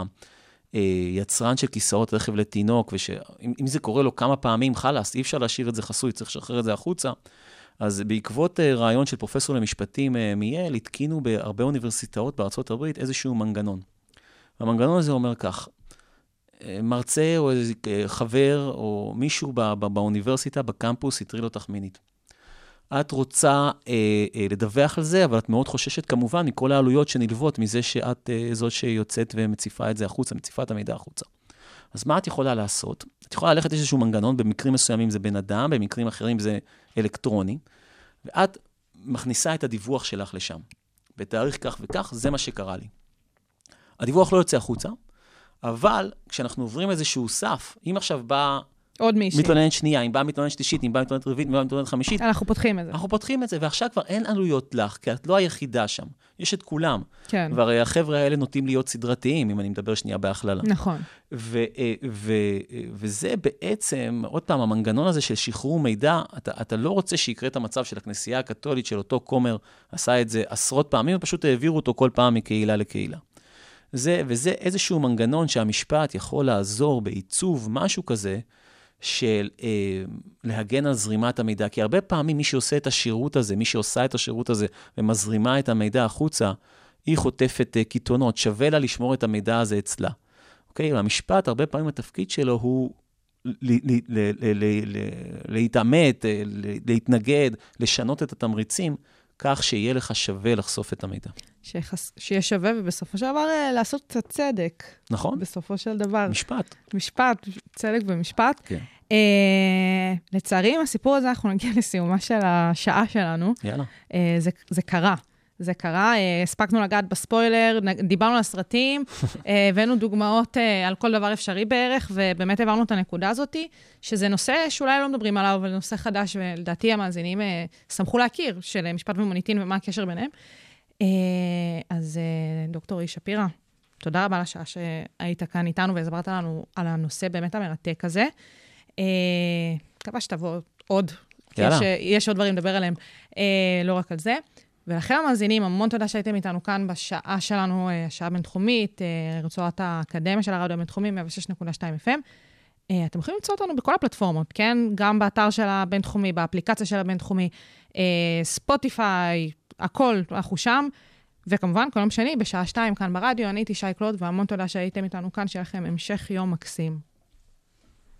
E: היצרן של כיסאות רכב לתינוק, ואם זה קורה לו כמה פעמים, חלס, אי אפשר להשאיר את זה חסוי, צריך לשחרר את זה החוצה. אז בעקבות רעיון של פרופסור למשפטים מייל, התקינו בהרבה אוניברסיטאות בארצות הברית איזשהו מנגנון. המנגנון הזה אומר כך, מרצה או איזה חבר או מישהו בא, בא, באוניברסיטה, בקמפוס, יטריל אותך מינית. את רוצה אה, אה, לדווח על זה, אבל את מאוד חוששת כמובן מכל העלויות שנלוות מזה שאת אה, זאת שיוצאת ומציפה את זה החוצה, מציפה את המידע החוצה. אז מה את יכולה לעשות? את יכולה ללכת איזשהו מנגנון, במקרים מסוימים זה בן אדם, במקרים אחרים זה אלקטרוני, ואת מכניסה את הדיווח שלך לשם. בתאריך כך וכך, זה מה שקרה לי. הדיווח לא יוצא החוצה, אבל כשאנחנו עוברים איזשהו סף, אם עכשיו בא
D: עוד מישהי.
E: מתלוננת שנייה, אם באה מתלוננת שלישית, אם באה מתלוננת רביעית, אם באה מתלוננת חמישית.
D: אנחנו פותחים את זה.
E: אנחנו פותחים את זה, ועכשיו כבר אין עלויות לך, כי את לא היחידה שם. יש את כולם.
D: כן.
E: והרי החבר'ה האלה נוטים להיות סדרתיים, אם אני מדבר שנייה בהכללה.
D: נכון.
E: ו- ו- וזה בעצם, עוד פעם, המנגנון הזה של שחרור מידע, אתה, אתה לא רוצה שיקרה את המצב של הכנסייה הקתולית, של אותו כומר, עשה את זה עשרות פעמים, ופשוט העבירו אותו כל פעם מקהילה לקהילה. זה, וזה איזשהו מנגנון שהמשפט יכול לעזור בעיצוב משהו כזה, של אה, להגן על זרימת המידע. כי הרבה פעמים מי שעושה את השירות הזה, מי שעושה את השירות הזה ומזרימה את המידע החוצה, היא חוטפת אה, קיתונות, שווה לה לשמור את המידע הזה אצלה. אוקיי? והמשפט, הרבה פעמים התפקיד שלו הוא להתעמת, להתנגד, לשנות את התמריצים, כך שיהיה לך שווה לחשוף את המידע.
D: שיחס... שיהיה שווה, ובסופו של דבר לעשות קצת צדק.
E: נכון.
D: בסופו של דבר.
E: משפט.
D: משפט, צדק ומשפט.
E: כן.
D: אה, לצערי, עם הסיפור הזה, אנחנו נגיע לסיומה של השעה שלנו.
E: יאללה.
D: אה, זה, זה קרה. זה קרה, אה, הספקנו לגעת בספוילר, דיברנו על הסרטים, אה, הבאנו דוגמאות אה, על כל דבר אפשרי בערך, ובאמת הבנו את הנקודה הזאת, שזה נושא שאולי לא מדברים עליו, אבל נושא חדש, ולדעתי המאזינים אה, שמחו להכיר, של משפט ומוניטין ומה הקשר ביניהם. אה, אז אה, דוקטור איש שפירא, תודה רבה לשעה שהיית כאן איתנו, והסברת לנו על הנושא באמת המרתק הזה. אה, מקווה שתבוא עוד,
E: יאללה.
D: יש, יש עוד דברים לדבר עליהם, אה, לא רק על זה. ולכם המאזינים, המון תודה שהייתם איתנו כאן בשעה שלנו, השעה בינתחומית, רצועת האקדמיה של הרדיו הבינתחומי, מאה ושש נקודה שתיים אף אם. אתם יכולים למצוא אותנו בכל הפלטפורמות, כן? גם באתר של הבינתחומי, באפליקציה של הבינתחומי, ספוטיפיי, הכל, אנחנו שם. וכמובן, כל יום שני, בשעה שתיים כאן ברדיו, אני הייתי שי קלוט, והמון תודה שהייתם איתנו כאן, שיהיה לכם המשך יום מקסים.